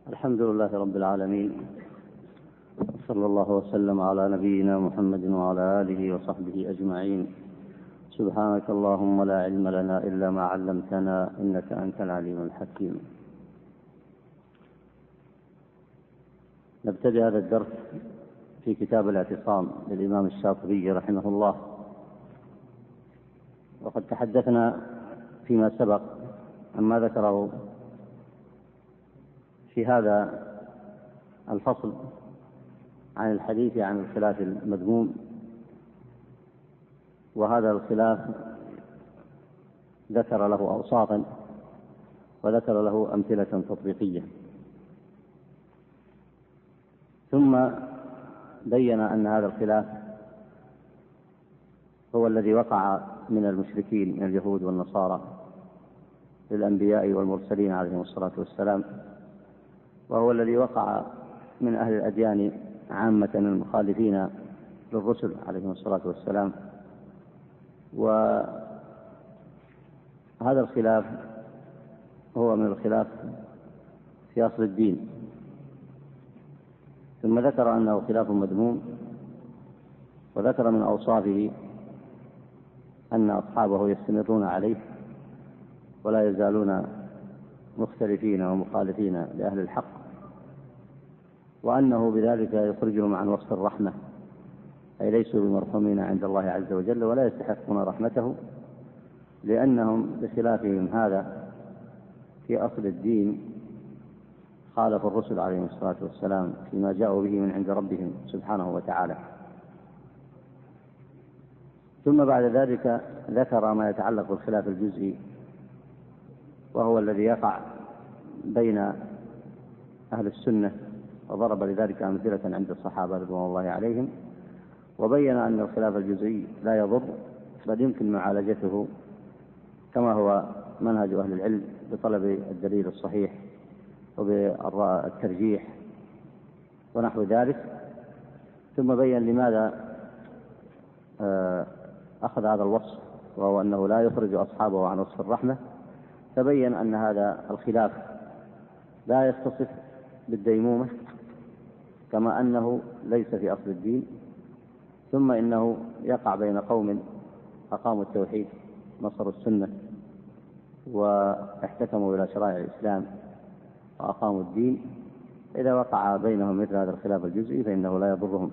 الحمد لله رب العالمين، صلى الله وسلم على نبينا محمد وعلى آله وصحبه أجمعين. سبحانك اللهم لا علم لنا إلا ما علمتنا إنك أنت العليم الحكيم. نبتدئ هذا الدرس في كتاب الاعتصام للإمام الشاطبي رحمه الله، وقد تحدثنا فيما سبق عما ذكره في هذا الفصل عن الحديث عن الخلاف المذموم، وهذا الخلاف ذكر له أوصافا وذكر له أمثلة تطبيقية، ثم بين أن هذا الخلاف هو الذي وقع من المشركين من اليهود والنصارى للأنبياء والمرسلين عليهم الصلاة والسلام، وهو الذي وقع من أهل الأديان عامة المخالفين للرسل عليهم الصلاة والسلام. وهذا الخلاف هو من الخلاف في أصل الدين، ثم ذكر أنه خلاف مذموم، وذكر من أوصافه أن أصحابه يستمرون عليه ولا يزالون مختلفين ومخالفين لأهل الحق، وأنه بذلك يخرجهم عن وصف الرحمة، أي ليسوا بمرحومين عند الله عز وجل ولا يستحقون رحمته، لأنهم بخلافهم هذا في أصل الدين خالفوا الرسل عليهم الصلاة والسلام فيما جاءوا به من عند ربهم سبحانه وتعالى. ثم بعد ذلك ذكر ما يتعلق بالخلاف الجزئي، وهو الذي يقع بين أهل السنة، وضرب لذلك أمثلة عند الصحابة رضوان الله عليهم، وبين أن الخلاف الجزئي لا يضر بل يمكن معالجته كما هو منهج أهل العلم بطلب الدليل الصحيح وبالترجيح ونحو ذلك. ثم بين لماذا أخذ هذا الوصف، وهو أنه لا يخرج أصحابه عن وصف الرحمة، فبين أن هذا الخلاف لا يتصف بالديمومة كما أنه ليس في أصل الدين، ثم إنه يقع بين قوم أقاموا التوحيد نصروا السنة واحتكموا إلى شرائع الإسلام وأقاموا الدين، إذا وقع بينهم مثل هذا الخلاف الجزئي فإنه لا يضرهم.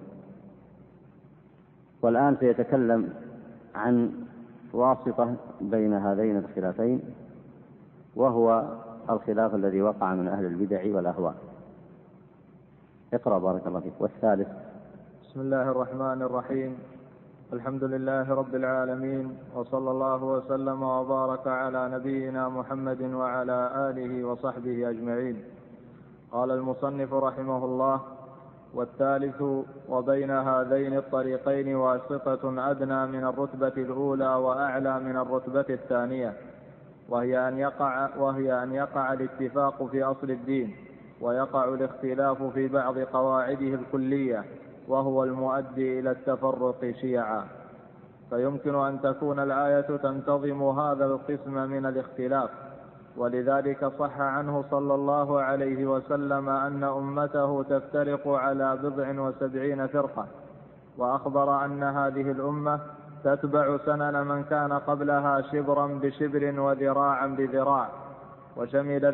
والآن سيتكلم عن واسطة بين هذين الخلافين، وهو الخلاف الذي وقع من أهل البدع والأهواء. اقرأ بارك الله فيك. والثالث. بسم الله الرحمن الرحيم. الحمد لله رب العالمين، وصلى الله وسلم وبارك على نبينا محمد وعلى آله وصحبه أجمعين. قال المصنف رحمه الله: والثالث وبين هذين الطريقين واسطة أدنى من الرتبة الأولى وأعلى من الرتبة الثانية، وهي أن يقع الاتفاق في أصل الدين، ويقع الاختلاف في بعض قواعده الكلية، وهو المؤدي إلى التفرق شيعا. فيمكن أن تكون الآية تنتظم هذا القسم من الاختلاف، ولذلك صح عنه صلى الله عليه وسلم أن أمته تفترق على 77 فرقة، وأخبر أن هذه الأمة تتبع سنن من كان قبلها شبرا بشبر وذراعا بذراع، وشمل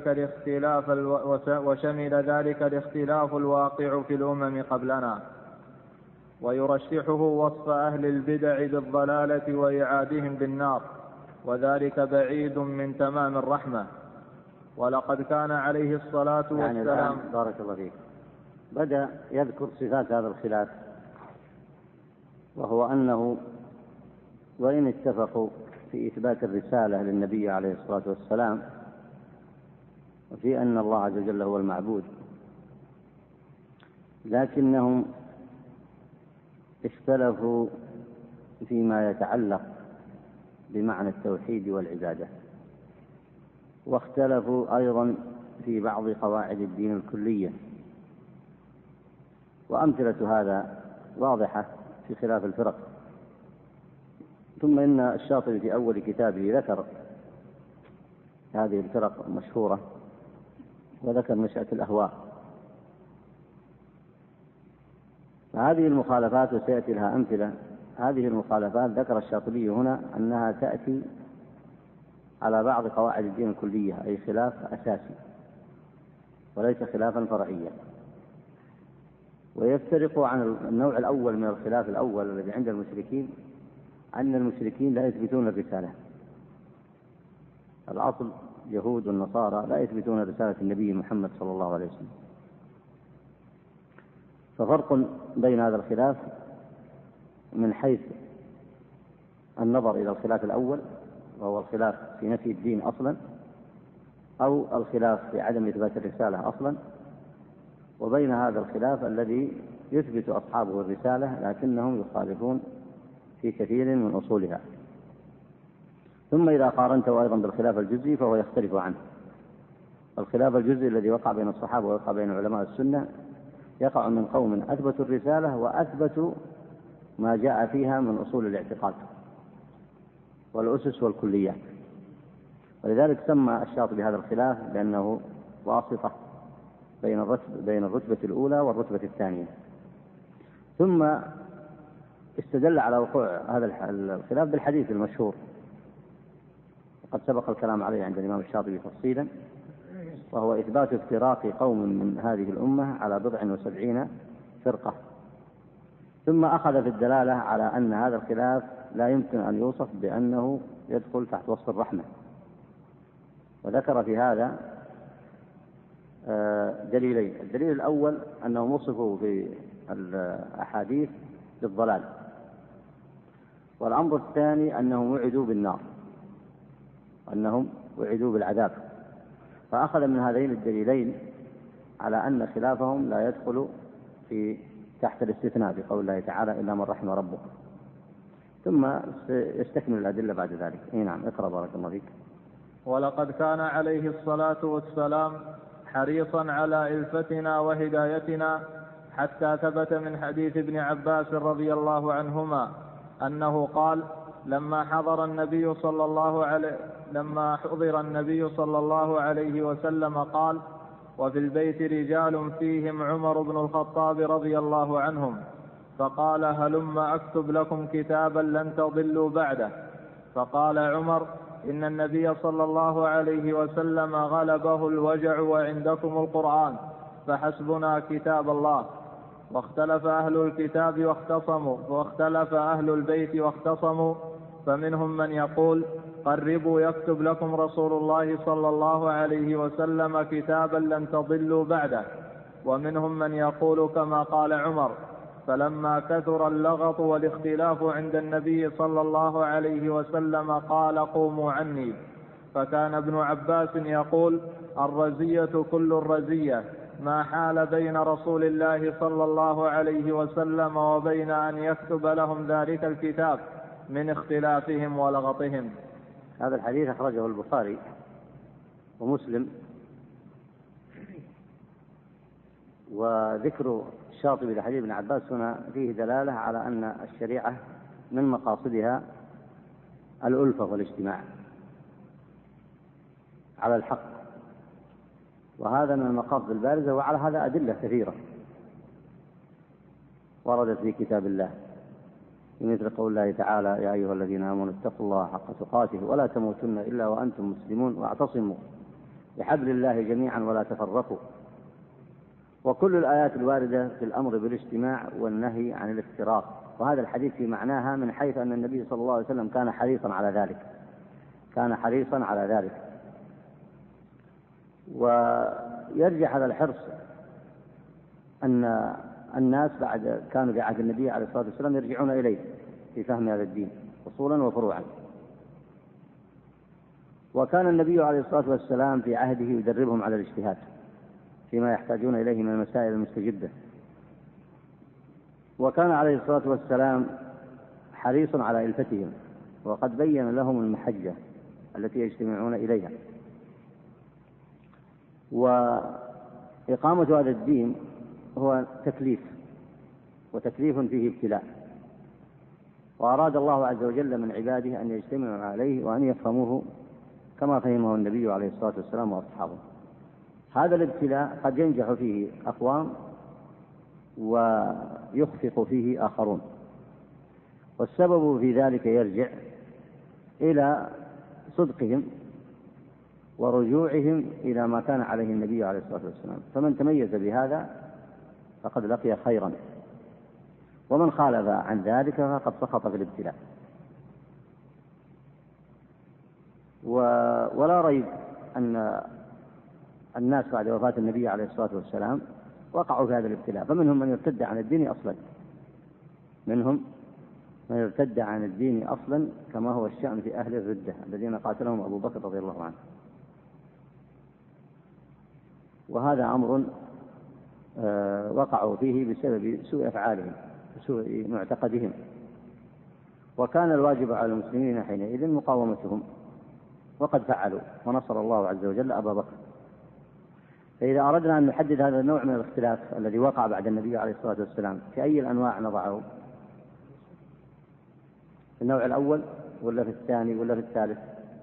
ذلك الاختلاف الواقع في الأمم قبلنا. ويرشحه وصف أهل البدع بالضلالة وإعادهم بالنار، وذلك بعيد من تمام الرحمة. ولقد كان عليه الصلاة والسلام بارك الله فيك. بدأ يذكر صفات هذا الخلاف، وهو أنه وإن اتفقوا في إثبات الرسالة للنبي عليه الصلاة والسلام وفي أن الله عز وجل هو المعبود، لكنهم اختلفوا فيما يتعلق بمعنى التوحيد والعبادة، واختلفوا أيضا في بعض قواعد الدين الكلية، وأمثلة هذا واضحة في خلاف الفرق. ثم إن الشاطبي في أول كتابه ذكر هذه الفرق المشهورة وذكر نشأة الأهواء. فهذه المخالفات وسيأتي لها أمثلة. هذه المخالفات ذكر الشاطبي هنا أنها تأتي على بعض قواعد الدين الكلية، أي خلاف أساسي وليس خلافا فرعيا. ويفترق عن النوع الأول من الخلاف الأول الذي عند المشركين، أن المشركين لا يثبتون الرسالة. الأصل اليهود والنصارى لا يثبتون رسالة النبي محمد صلى الله عليه وسلم. ففرق بين هذا الخلاف من حيث النظر إلى الخلاف الأول، وهو الخلاف في نفي الدين أصلا، أو الخلاف في عدم إثبات الرسالة أصلا، وبين هذا الخلاف الذي يثبت أصحابه الرسالة لكنهم يخالفون في كثير من أصولها. ثم إذا قارنته أيضا بالخلاف الجزئي فهو يختلف عنه. الخلاف الجزئي الذي وقع بين الصحابة ووقع بين علماء السنة يقع من قوم أثبتوا الرسالة وأثبتوا ما جاء فيها من أصول الاعتقاد والأسس والكليات. ولذلك سمى الشاطبي هذا الخلاف بأنه واسطة بين الرتبة الأولى والرتبة الثانية. ثم استدل على وقوع هذا الخلاف بالحديث المشهور، وقد سبق الكلام عليه عند الإمام الشاطبي تفصيلا، وهو إثبات افتراق قوم من هذه الأمة على 70 فرقة. ثم أخذ في الدلالة على أن هذا الخلاف لا يمكن أن يوصف بأنه يدخل تحت وصف الرحمة، وذكر في هذا دليلين. الدليل الأول أنهم وصفوا في الأحاديث بالضلال، والأمر الثاني أنهم وعدوا بالنار، وأنهم وعدوا بالعذاب. فأخذ من هذين الدليلين على أن خلافهم لا يدخل تحت الاستثناء في قول الله تعالى إلا من رحم ربك. ثم يستكمل الأدلة بعد ذلك. نعم، اقرأ بارك الله فيك. ولقد كان عليه الصلاة والسلام حريصا على إلفتنا وهدايتنا، حتى ثبت من حديث ابن عباس رضي الله عنهما أنه قال: لما حضر النبي صلى الله عليه وسلم قال: وفي البيت رجال فيهم عمر بن الخطاب رضي الله عنهم، فقال: هلم أكتب لكم كتابا لن تضلوا بعده. فقال عمر: إن النبي صلى الله عليه وسلم غلبه الوجع وعندكم القرآن، فحسبنا كتاب الله. واختلف أهل الكتاب واختصموا، واختلف أهل البيت واختصموا، فمنهم من يقول: قربوا يكتب لكم رسول الله صلى الله عليه وسلم كتابا لن تضلوا بعده. ومنهم من يقول كما قال عمر. فلما كثر اللغط والاختلاف عند النبي صلى الله عليه وسلم قال: قوموا عني. فكان ابن عباس يقول: الرزية كل الرزية، ما حال بين رسول الله صلى الله عليه وسلم وبين أن يكتب لهم ذلك الكتاب من اختلافهم ولغطهم. هذا الحديث أخرجه البخاري ومسلم. وذكر الشاطبي لحديث ابن عباس هنا فيه دلالة على أن الشريعة من مقاصدها الألفة والاجتماع على الحق، وهذا من المقاصد البارزة. وعلى هذا أدلة كثيرة وردت في كتاب الله، مثل قول الله تعالى: يا أيها الذين آمنوا اتقوا الله حق تقاته ولا تموتن إلا وأنتم مسلمون واعتصموا بحبل الله جميعا ولا تفرقوا. وكل الآيات الواردة في الأمر بالاجتماع والنهي عن الافتراق. وهذا الحديث في معناها من حيث أن النبي صلى الله عليه وسلم كان حريصا على ذلك. ويرجع هذا الحرص أن الناس كانوا في عهد النبي عليه الصلاة والسلام يرجعون إليه في فهم هذا الدين أصولا وفروعا. وكان النبي عليه الصلاة والسلام في عهده يدربهم على الاجتهاد فيما يحتاجون إليه من المسائل المستجدة. وكان عليه الصلاة والسلام حريص على إلفتهم، وقد بين لهم المحجة التي يجتمعون إليها. وإقامة هذا الدين هو تكليف، وتكليف فيه ابتلاء، وأراد الله عز وجل من عباده أن يجتمعوا عليه وأن يفهموه كما فهمه النبي عليه الصلاة والسلام وأصحابه. هذا الابتلاء قد ينجح فيه أقوام ويخفق فيه آخرون، والسبب في ذلك يرجع إلى صدقهم ورجوعهم إلى ما كان عليه النبي عليه الصلاة والسلام. فمن تميز بهذا فقد لقي خيرا، ومن خالف عن ذلك فقد سقط في الابتلاء. ولا ريب أن الناس بعد وفاة النبي عليه الصلاة والسلام وقعوا في هذا الابتلاء، فمنهم من يرتد عن الدين أصلا، منهم من يرتد عن الدين أصلا، كما هو الشأن في أهل الردة الذين قاتلهم أبو بكر رضي الله عنه. وهذا أمر وقعوا فيه بسبب سوء أفعالهم وسوء معتقدهم، وكان الواجب على المسلمين حينئذ مقاومتهم، وقد فعلوا ونصر الله عز وجل أبا بكر. فإذا أردنا أن نحدد هذا النوع من الاختلاف الذي وقع بعد النبي عليه الصلاة والسلام، في أي الأنواع نضعه؟ في النوع الأول ولا في الثاني ولا في الثالث؟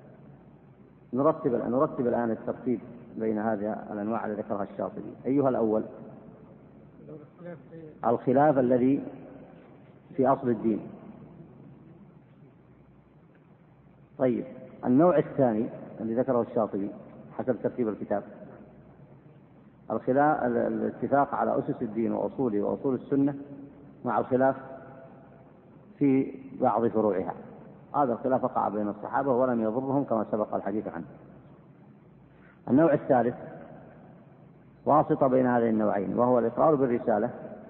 نرتب الآن الترتيب بين هذه الأنواع التي ذكرها الشاطبي. أيها الأول؟ الخلاف الذي في أصل الدين. طيب، النوع الثاني الذي ذكره الشاطبي حسب ترتيب الكتاب الاتفاق على أسس الدين وأصوله وأصول السنة مع الخلاف في بعض فروعها. هذا الخلاف وقع بين الصحابة ولم يضرهم كما سبق الحديث عنه. النوع الثالث واسطة بين هذين النوعين، وهو الإقرار بالرسالة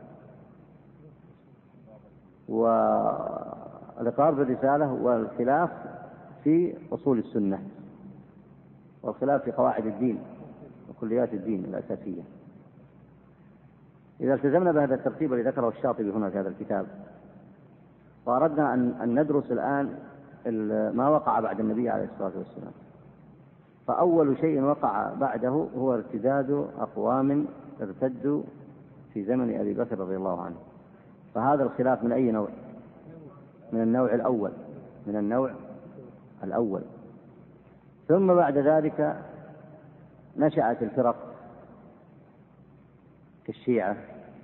والخلاف في أصول السنة، والخلاف في قواعد الدين وكليات الدين الأساسية. إذا التزمنا بهذا الترتيب الذي ذكره الشاطبي هنا في هذا الكتاب، وأردنا أن ندرس الآن ما وقع بعد النبي عليه الصلاة والسلام، فأول شيء وقع بعده هو ارتداد أقوام ارتدوا في زمن أبي بكر رضي الله عنه. فهذا الخلاف من أي نوع؟ من النوع الأول. ثم بعد ذلك نشأت الفرق كالشيعة،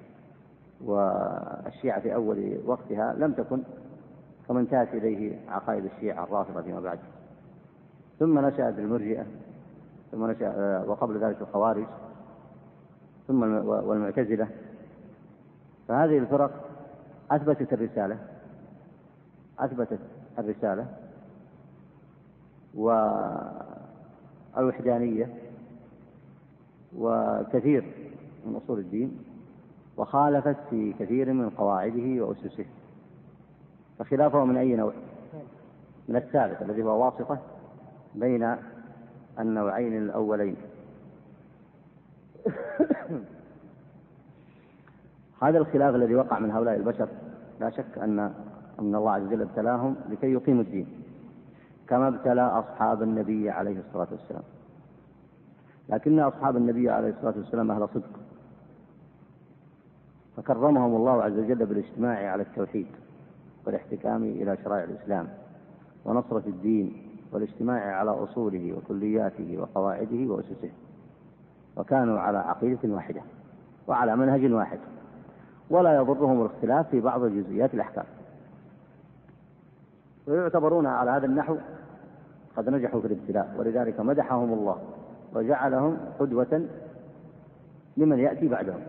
والشيعة في أول وقتها لم تكن كما انتهت إليه عقائد الشيعة الرافضة فيما بعد. ثم نشأت المرجئة، وقبل ذلك الخوارج، ثم والمعتزلة. فهذه الفرق أثبتت الرسالة والوحدانية وكثير من أصول الدين، وخالفت في كثير من قواعده وأسسه. فخلافه من أي نوع؟ من الثالث الذي هو واسطة بين النوعين الأولين. هذا الخلاف الذي وقع من هؤلاء البشر لا شك أن الله عز وجل ابتلاهم لكي يقيموا الدين، كما ابتلى أصحاب النبي عليه الصلاة والسلام. لكن أصحاب النبي عليه الصلاة والسلام أهل صدق، فكرمهم الله عز وجل بالاجتماع على التوحيد والاحتكام إلى شرائع الإسلام ونصرة الدين والاجتماع على أصوله وكلياته وقواعده وأسسه، وكانوا على عقيدة واحدة وعلى منهج واحد، ولا يضرهم الاختلاف في بعض جزئيات الأحكام، ويعتبرون على هذا النحو قد نجحوا في الابتلاء. ولذلك مدحهم الله وجعلهم قدوة لمن يأتي بعدهم.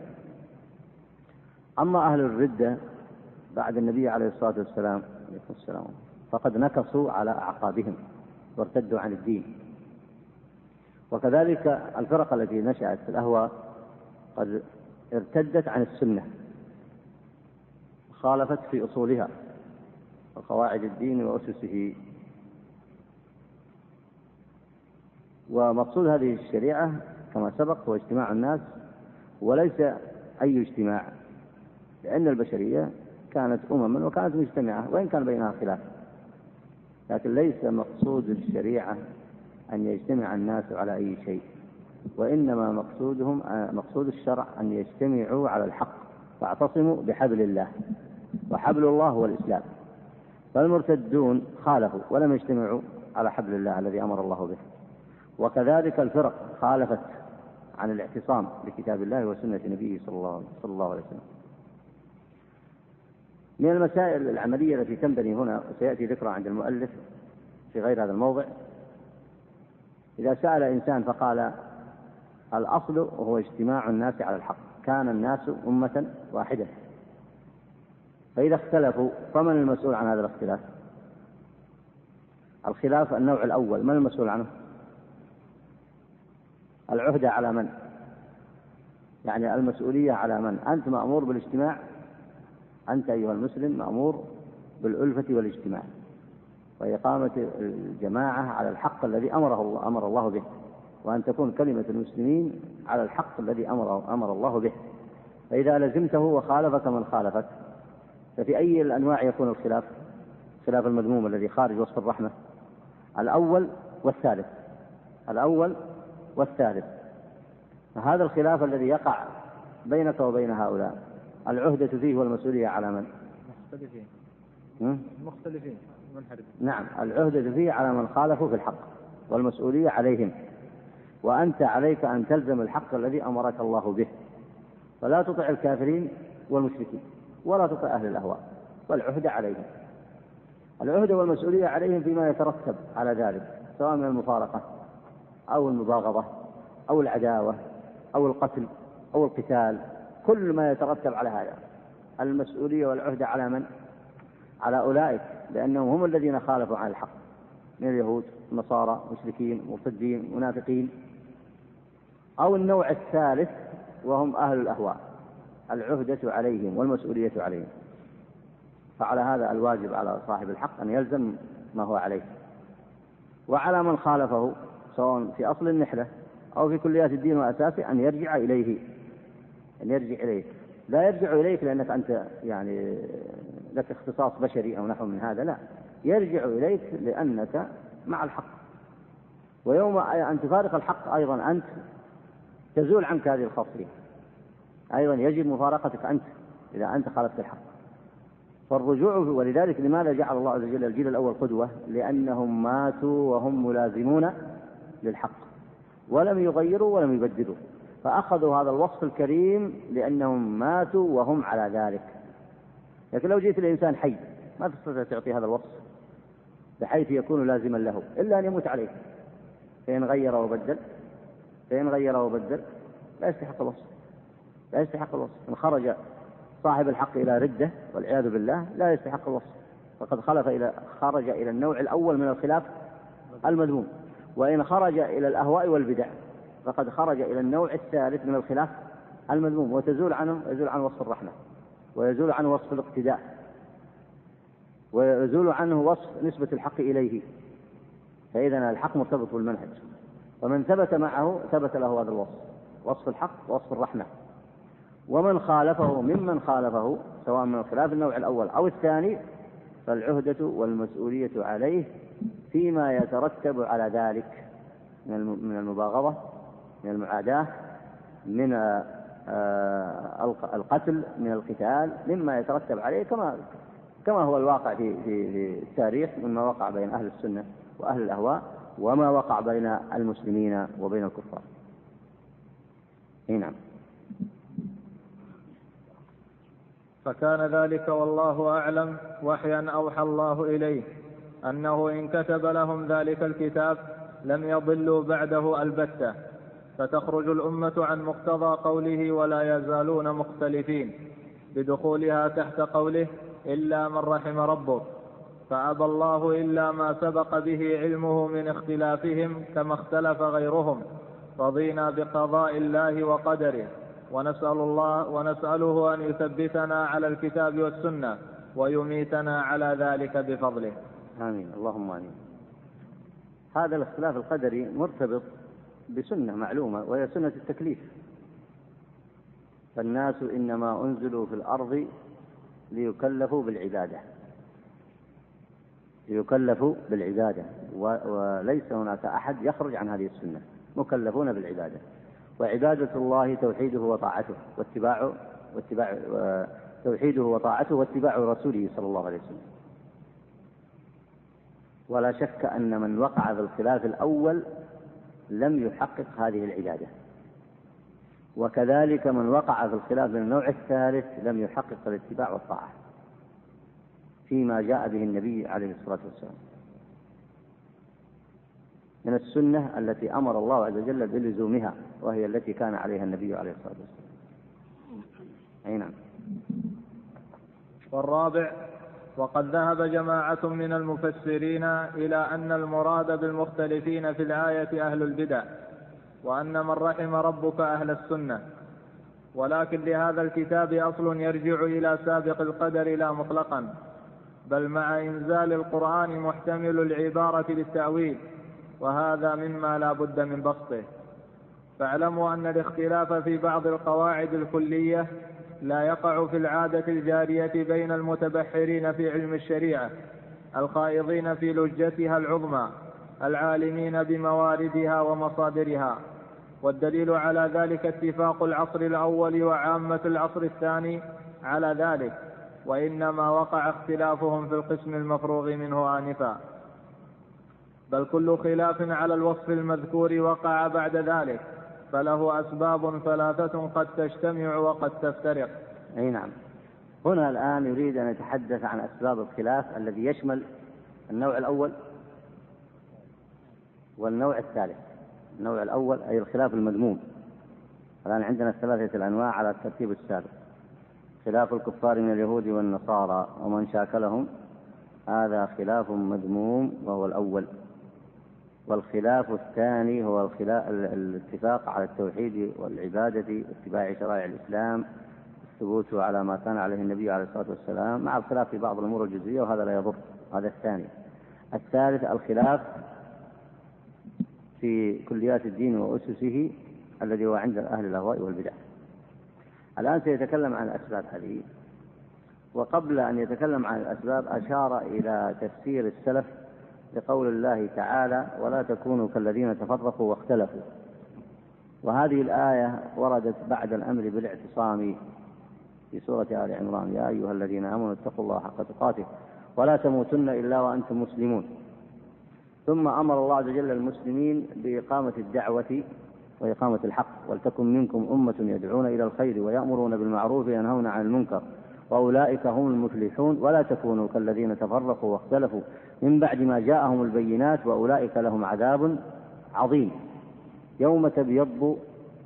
أما أهل الردة بعد النبي عليه الصلاة والسلام فقد نكصوا على أعقابهم وارتدوا عن الدين. وكذلك الفرق التي نشأت في الأهواء قد ارتدت عن السنة، خالفت في أصولها وقواعد الدين وأسسه. ومقصود هذه الشريعة كما سبق هو اجتماع الناس، وليس أي اجتماع، لأن البشرية كانت أمما وكانت مجتمعة وإن كان بينها خلاف، لكن ليس مقصود الشريعة أن يجتمع الناس على أي شيء، وإنما مقصود الشرع أن يجتمعوا على الحق، فاعتصموا بحبل الله، وحبل الله هو الإسلام. فالمرتدون خالفوا ولم يجتمعوا على حبل الله الذي أمر الله به. وكذلك الفرق خالفت عن الاعتصام بكتاب الله وسنة نبيه صلى الله عليه وسلم. من المسائل العملية التي تنبني هنا وسيأتي ذكرها عند المؤلف في غير هذا الموضع، إذا سأل إنسان فقال الأصل هو اجتماع الناس على الحق، كان الناس أمة واحدة، فإذا اختلفوا فمن المسؤول عن هذا الاختلاف؟ الخلاف النوع الأول من المسؤول عنه؟ العهدة على من؟ يعني المسؤولية على من؟ أنت مأمور بالاجتماع، أنت أيها المسلم مأمور بالألفة والاجتماع وإقامة الجماعة على الحق الذي أمر الله به، وأن تكون كلمة المسلمين على الحق الذي أمر الله به. فإذا لزمته وخالفك من خالفك، ففي أي الأنواع يكون الخلاف؟ خلاف المذموم الذي خارج وصف الرحمة، الأول والثالث. فهذا الخلاف الذي يقع بينك وبين هؤلاء العهدة فيه والمسؤولية على من؟ مختلفين منحرفين. نعم، العهدة فيه على من خالفوا في الحق والمسؤولية عليهم، وأنت عليك أن تلزم الحق الذي أمرك الله به، فلا تطع الكافرين والمشركين ولا تطع أهل الأهواء، والعهدة عليهم. العهدة والمسؤولية عليهم فيما يترتب على ذلك، سواء من المفارقة أو المباغضة أو العداوة أو القتل أو القتال، كل ما يترتب على هذا. المسؤولية والعهدة على من؟ على أولئك، لأنهم هم الذين خالفوا عن الحق من اليهود، النصارى، مشركين، مرتدين، منافقين. أو النوع الثالث وهم أهل الأهواء، العهدة عليهم والمسؤولية عليهم. فعلى هذا الواجب على صاحب الحق أن يلزم ما هو عليه، وعلى من خالفه سواء في أصل النحلة أو في كليات الدين وأساسه أن يرجع إليه. لا يرجع إليك لأنك أنت يعني لك اختصاص بشري أو نحو من هذا، لا، يرجع إليك لأنك مع الحق، ويوم أن تفارق الحق أيضا أنت تزول عنك هذه الخاصية، أيضا يجب مفارقتك أنت إذا أنت خالفت الحق. فالرجوع، ولذلك لماذا جعل الله عز وجل الجيل الأول قدوة؟ لأنهم ماتوا وهم ملازمون للحق ولم يغيروا ولم يبدلوا، فأخذوا هذا الوصف الكريم لأنهم ماتوا وهم على ذلك. لكن لو جئت الإنسان حي ما تستطيع تعطي هذا الوصف بحيث يكون لازما له إلا أن يموت عليه، فإن غير وبدل لا يستحق الوصف. إن خرج صاحب الحق إلى ردة والعياذ بالله لا يستحق الوصف، فقد خرج إلى النوع الأول من الخلاف المذموم. وإن خرج إلى الأهواء والبدع فقد خرج إلى النوع الثالث من الخلاف المذموم، ويزول عنه وصف الرحمة، ويزول عنه وصف الاقتداء، ويزول عنه وصف نسبة الحق إليه. فإذا الحق مرتبط بالمنهج، ومن ثبت معه ثبت له هذا الوصف، وصف الحق ووصف الرحمة. ومن خالفه ممن خالفه سواء من خلاف النوع الأول أو الثاني فالعهدة والمسؤولية عليه فيما يترتب على ذلك من المباغضة، من المعاداة، من القتل، من القتال، مما يترتب عليه كما هو الواقع في التاريخ مما وقع بين أهل السنة وأهل الأهواء، وما وقع بين المسلمين وبين الكفار. نعم. فكان ذلك والله أعلم وحيا أوحى الله إليه أنه إن كتب لهم ذلك الكتاب لم يضلوا بعده البتة، فتخرج الأمة عن مقتضى قوله ولا يزالون مختلفين بدخولها تحت قوله إلا من رحم ربك، فأبى الله إلا ما سبق به علمه من اختلافهم كما اختلف غيرهم، رضينا بقضاء الله وقدره، ونسأله أن يثبتنا على الكتاب والسنة ويميتنا على ذلك بفضله. آمين، اللهم آمين. هذا الاختلاف القدري مرتبط بسنة معلومة وهي سنة التكليف. فالناس إنما أنزلوا في الأرض ليكلفوا بالعبادة، وليس هناك أحد يخرج عن هذه السنة، مكلفون بالعبادة، وعبادة الله توحيده وطاعته واتباع رسوله صلى الله عليه وسلم. ولا شك أن من وقع في الخلاف الأول لم يحقق هذه العبادة، وكذلك من وقع في الخلاف من النوع الثالث لم يحقق الاتباع والطاعة فيما جاء به النبي عليه الصلاة والسلام من السنة التي أمر الله عز وجل بلزومها، وهي التي كان عليها النبي عليه الصلاة والسلام. أي نعم. والرابع: وقد ذهب جماعة من المفسرين إلى أن المراد بالمختلفين في الآية أهل البدع، وأن من رحم ربك أهل السنة، ولكن لهذا الكتاب أصل يرجع إلى سابق القدر لا مطلقا، بل مع إنزال القرآن محتمل العبارة للتأويل، وهذا مما لا بد من بسطه. فاعلموا أن الاختلاف في بعض القواعد الكلية لا يقع في العادة الجارية بين المتبحرين في علم الشريعة الخائضين في لجتها العظمى العالمين بمواردها ومصادرها. والدليل على ذلك اتفاق العصر الأول وعامة العصر الثاني على ذلك، وإنما وقع اختلافهم في القسم المفروغ منه آنفا، بل كل خلاف على الوصف المذكور وقع بعد ذلك، فله أسباب ثلاثة قد تجتمع وقد تفترق. أي نعم. هنا الآن يريد أن يتحدث عن أسباب الخلاف الذي يشمل النوع الأول والنوع الثالث. النوع الأول أي الخلاف المذموم. الآن عندنا ثلاثة الأنواع على الترتيب السابق: خلاف الكفار من اليهود والنصارى ومن شاكلهم، هذا خلاف مذموم وهو الأول. والخلاف الثاني هو الاتفاق على التوحيد والعبادة واتباع شرائع الإسلام، الثبوت على ما كان عليه النبي عليه الصلاة والسلام، مع الخلاف في بعض الأمور الجزئية، وهذا لا يضر. هذا الثاني. الثالث الخلاف في كليات الدين وأسسه الذي هو عند أهل الأهواء والبدع. الآن سيتكلم عن الأسباب هذه، وقبل أن يتكلم عن الأسباب أشار إلى تفسير السلف لقول الله تعالى: ولا تكونوا كالذين تفرقوا واختلفوا. وهذه الآية وردت بعد الأمر بالاعتصام في سورة آل عمران: يا أيها الذين آمنوا اتقوا الله حق تقاته ولا تموتن إلا وأنتم مسلمون. ثم أمر الله عز وجل المسلمين بإقامة الدعوة وإقامة الحق: ولتكن منكم أمة يدعون إلى الخير ويأمرون بالمعروف وينهون عن المنكر وأولئك هم المفلحون ولا تكونوا كالذين تفرقوا واختلفوا من بعد ما جاءهم البينات وأولئك لهم عذاب عظيم يوم تبيض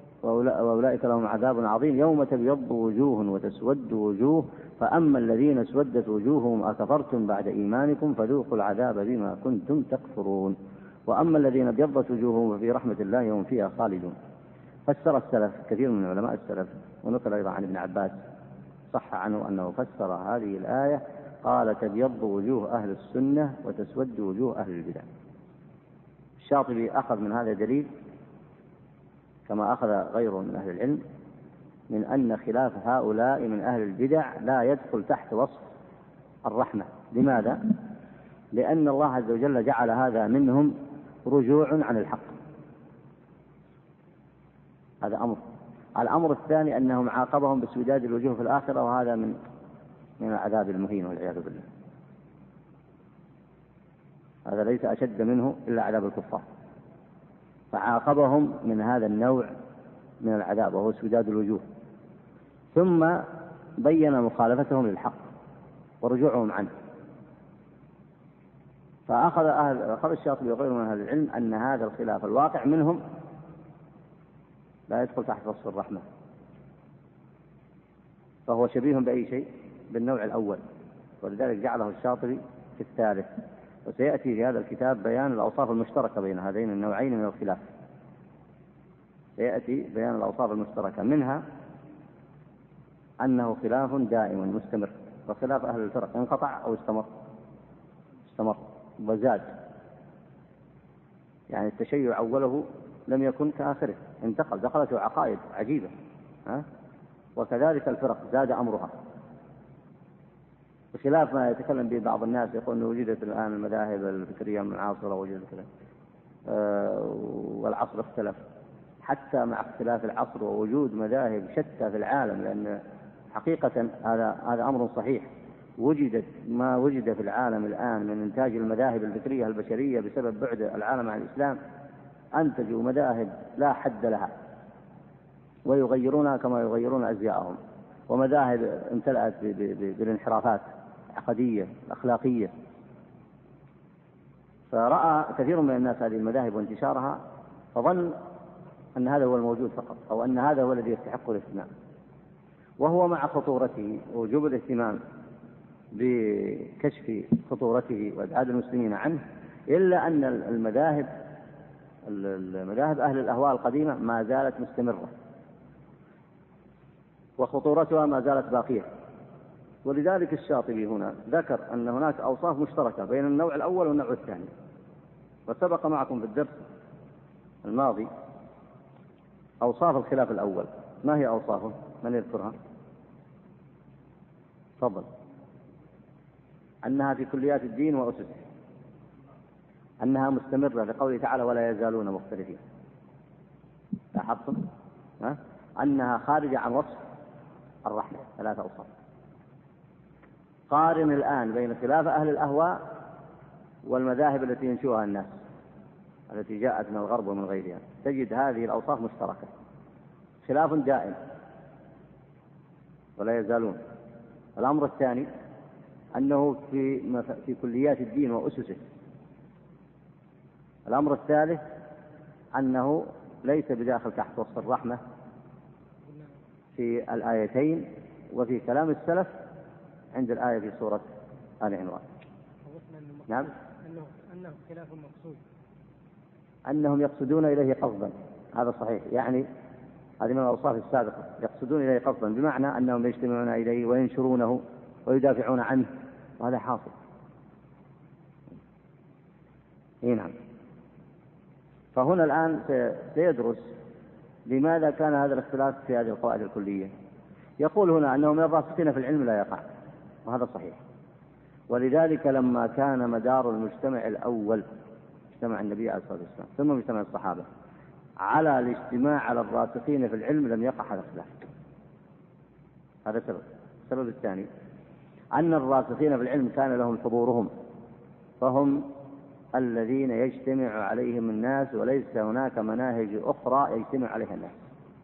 يوم تبيض وجوه وتسود وجوه، فأما الذين اسودت وجوههم أكفرتم بعد إيمانكم فذوقوا العذاب بما كنتم تكفرون، وأما الذين ابيضت وجوههم ففي رحمة الله هم فيها خالدون. فسر السلف كثير من علماء السلف، ونقل أيضا عن ابن عباس صح عنه أنه فسر هذه الآية قال: تبيض وجوه أهل السنة وتسود وجوه أهل البدع. الشاطبي أخذ من هذا دليل، كما أخذ غيره من أهل العلم، من أن خلاف هؤلاء من أهل البدع لا يدخل تحت وصف الرحمة. لماذا؟ لأن الله عز وجل جعل هذا منهم رجوع عن الحق. هذا أمر. الأمر الثاني أنهم عاقبهم بسوداد الوجوه في الآخرة، وهذا من العذاب المهين والعياذ بالله. هذا ليس أشد منه إلا عذاب الكفار، فعاقبهم من هذا النوع من العذاب وهو سوداد الوجوه، ثم بين مخالفتهم للحق ورجوعهم عنه. فأخذ الشاطبي وغيره من أهل العلم أن هذا الخلاف الواقع منهم لا يدخل تحت وصف الرحمة، فهو شبيه بأي شيء؟ بالنوع الأول، ولذلك جعله الشاطبي في الثالث. وسيأتي في هذا الكتاب بيان الأوصاف المشتركة بين هذين النوعين من الخلاف. سيأتي بيان الأوصاف المشتركة، منها أنه خلاف دائم مستمر، وخلاف أهل الفرق انقطع أو استمر وزاد. يعني التشيع أوله لم يكن كآخره، انتقل، دخلته عقائد عجيبة، وكذلك الفرق زاد أمرها، بخلاف ما يتكلم به بعض الناس، يقول أنه وجدت الآن المذاهب الفكرية المعاصرة وجدت كذا، والعصر اختلف. حتى مع اختلاف العصر ووجود مذاهب شتى في العالم، لأن حقيقة هذا أمر صحيح، وجدت ما وجد في العالم الآن من إنتاج المذاهب الفكرية البشرية بسبب بعد العالم عن الإسلام، أنتجوا مذاهب لا حد لها، ويغيرونها كما يغيرون أزياءهم، ومذاهب امتلأت بالانحرافات العقدية الأخلاقية. فرأى كثير من الناس هذه المذاهب وانتشارها، فظن أن هذا هو الموجود فقط، أو أن هذا هو الذي يستحق الاهتمام، وهو مع خطورته ووجوب الاهتمام بكشف خطورته وإبعاد المسلمين عنه، إلا أن المذاهب أهل الأهواء القديمة ما زالت مستمرة، وخطورتها ما زالت باقية. ولذلك الشاطبي هنا ذكر أن هناك أوصاف مشتركة بين النوع الأول والنوع الثاني. وسبق معكم في الدرس الماضي أوصاف الخلاف الأول. ما هي أوصافه؟ من يذكرها؟ تفضل. أنها في كليات الدين وأسسه، أنها مستمرة لقوله تعالى ولا يزالون مختلفين. لاحظتم؟ أنها خارجة عن وصف الرحمة. 3 أوصاف. قارن الآن بين خلاف أهل الأهواء والمذاهب التي ينشئها الناس التي جاءت من الغرب ومن غيرها، تجد هذه الأوصاف مشتركة، خلاف دائم ولا يزالون. الأمر الثاني أنه في كليات الدين وأسسه. الأمر الثالث أنه ليس بداخل تحت وصف الرحمة في الآيتين وفي كلام السلف عند الآية في سورة آل عمران. نعم، أنه خلاف مقصود، أنهم يقصدون إليه قصدا. هذا صحيح، يعني هذه من الأوصاف السابقة، يقصدون إليه قصدا، بمعنى أنهم يجتمعون إليه وينشرونه ويدافعون عنه، وهذا حاصل. نعم. فهنا الآن سيدرس لماذا كان هذا الاختلاف في هذه القواعد الكلية. يقول هنا أنه من الراسخين في العلم لا يقع، وهذا صحيح. ولذلك لما كان مدار المجتمع الأول، مجتمع النبي عليه الصلاة والسلام ثم مجتمع الصحابة، على الاجتماع على الراسخين في العلم، لم يقع هذا الخلاف. هذا سبب. السبب الثاني أن الراسخين في العلم كان لهم حضورهم، فهم الذين يجتمع عليهم الناس، وليس هناك مناهج أخرى يجتمع عليها الناس.